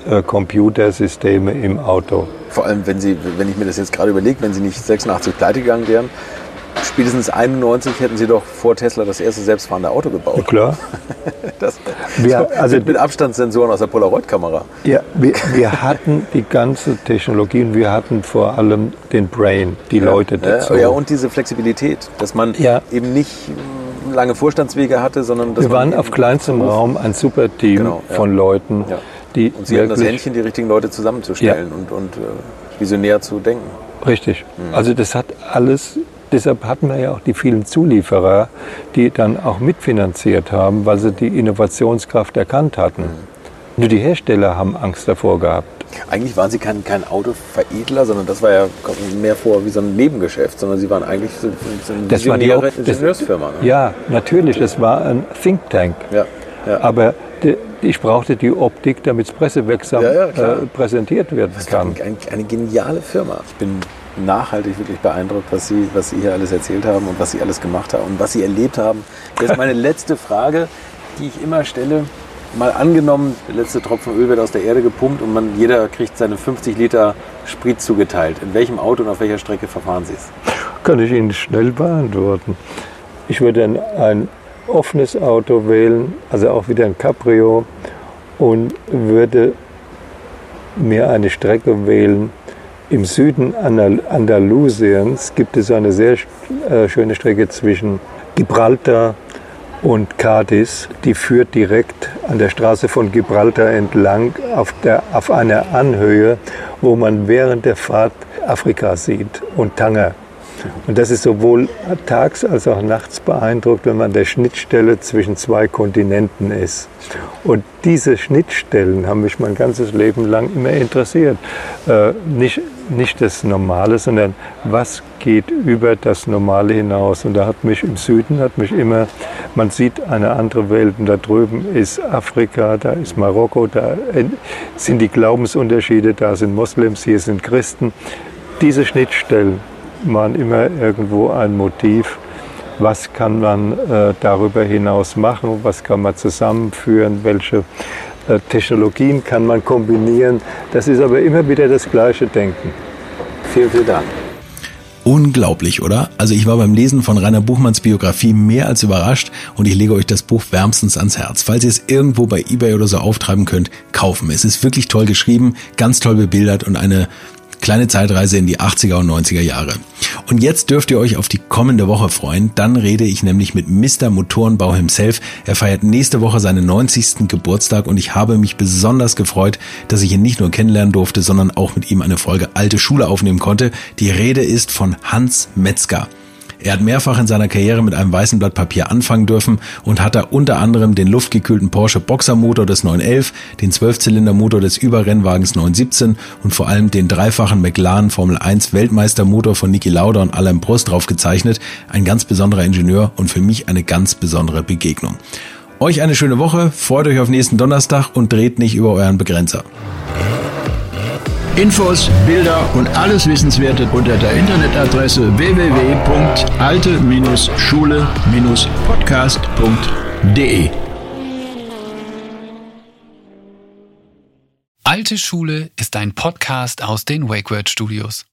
äh, Computersysteme im Auto. Vor allem, wenn Sie, wenn ich mir das jetzt gerade überlege, wenn Sie nicht sechsundachtzig pleite gegangen wären, spätestens einundneunzig hätten Sie doch vor Tesla das erste selbstfahrende Auto gebaut. Ja, klar. Das, wir, also mit, mit Abstandssensoren aus der Polaroid-Kamera. Ja, wir, wir hatten die ganze Technologie und wir hatten vor allem den Brain, die ja, Leute dazu. Ja, und diese Flexibilität, dass man ja. eben nicht lange Vorstandswege hatte, sondern dass wir waren auf kleinstem Raum ein super Team genau, ja. von Leuten, ja. die und Sie hatten das Händchen, die richtigen Leute zusammenzustellen ja. und, und äh, visionär zu denken. Richtig. Mhm. Also das hat alles. Deshalb hatten wir ja auch die vielen Zulieferer, die dann auch mitfinanziert haben, weil sie die Innovationskraft erkannt hatten. Mhm. Nur die Hersteller haben Angst davor gehabt. Eigentlich waren Sie kein, kein Autoveredler, sondern das war ja mehr vor wie so ein Nebengeschäft, sondern Sie waren eigentlich so, so eine das visionäre war die, Ingenieursfirma. Ne? Ja, natürlich, das war ein Think Tank. Ja, ja. Aber die, ich brauchte die Optik, damit es pressewirksam ja, ja, äh, präsentiert werden das kann. Eine, eine geniale Firma. Ich bin nachhaltig wirklich beeindruckt, was Sie, was Sie hier alles erzählt haben und was Sie alles gemacht haben und was Sie erlebt haben. Jetzt meine letzte Frage, die ich immer stelle. Mal angenommen, der letzte Tropfen Öl wird aus der Erde gepumpt und man, jeder kriegt seine fünfzig Liter Sprit zugeteilt. In welchem Auto und auf welcher Strecke verfahren Sie es? Kann ich Ihnen schnell beantworten. Ich würde ein, ein offenes Auto wählen, also auch wieder ein Cabrio, und würde mir eine Strecke wählen. Im Süden Andalusiens gibt es eine sehr äh, schöne Strecke zwischen Gibraltar und Cadiz. Die führt direkt an der Straße von Gibraltar entlang auf, der, auf einer Anhöhe, wo man während der Fahrt Afrika sieht und Tanger. Und das ist sowohl tags als auch nachts beeindruckt, wenn man an der Schnittstelle zwischen zwei Kontinenten ist. Und diese Schnittstellen haben mich mein ganzes Leben lang immer interessiert. Äh, nicht, nicht das Normale, sondern was geht über das Normale hinaus. Und da hat mich im Süden, hat mich immer, man sieht eine andere Welt. Und da drüben ist Afrika, da ist Marokko, da sind die Glaubensunterschiede, da sind Moslems, hier sind Christen. Diese Schnittstellen waren immer irgendwo ein Motiv. Was kann man äh, darüber hinaus machen? Was kann man zusammenführen? Welche äh, Technologien kann man kombinieren? Das ist aber immer wieder das gleiche Denken. Vielen, vielen Dank. Unglaublich, oder? Also ich war beim Lesen von Rainer Buchmanns Biografie mehr als überrascht und ich lege euch das Buch wärmstens ans Herz. Falls ihr es irgendwo bei eBay oder so auftreiben könnt, kaufen. Es ist wirklich toll geschrieben, ganz toll bebildert und eine kleine Zeitreise in die achtziger und neunziger Jahre. Und jetzt dürft ihr euch auf die kommende Woche freuen. Dann rede ich nämlich mit Mister Motorenbau himself. Er feiert nächste Woche seinen neunzigsten Geburtstag und ich habe mich besonders gefreut, dass ich ihn nicht nur kennenlernen durfte, sondern auch mit ihm eine Folge Alte Schule aufnehmen konnte. Die Rede ist von Hans Metzger. Er hat mehrfach in seiner Karriere mit einem weißen Blatt Papier anfangen dürfen und hat da unter anderem den luftgekühlten Porsche Boxermotor des neun elf, den Zwölfzylindermotor des Überrennwagens neun siebzehn und vor allem den dreifachen McLaren Formel eins Weltmeistermotor von Niki Lauda und Alain Prost drauf gezeichnet. Ein ganz besonderer Ingenieur und für mich eine ganz besondere Begegnung. Euch eine schöne Woche, freut euch auf nächsten Donnerstag und dreht nicht über euren Begrenzer. Infos, Bilder und alles Wissenswerte unter der Internetadresse w w w punkt alte Schule Podcast punkt de. Alte Schule ist ein Podcast aus den WakeWord Studios.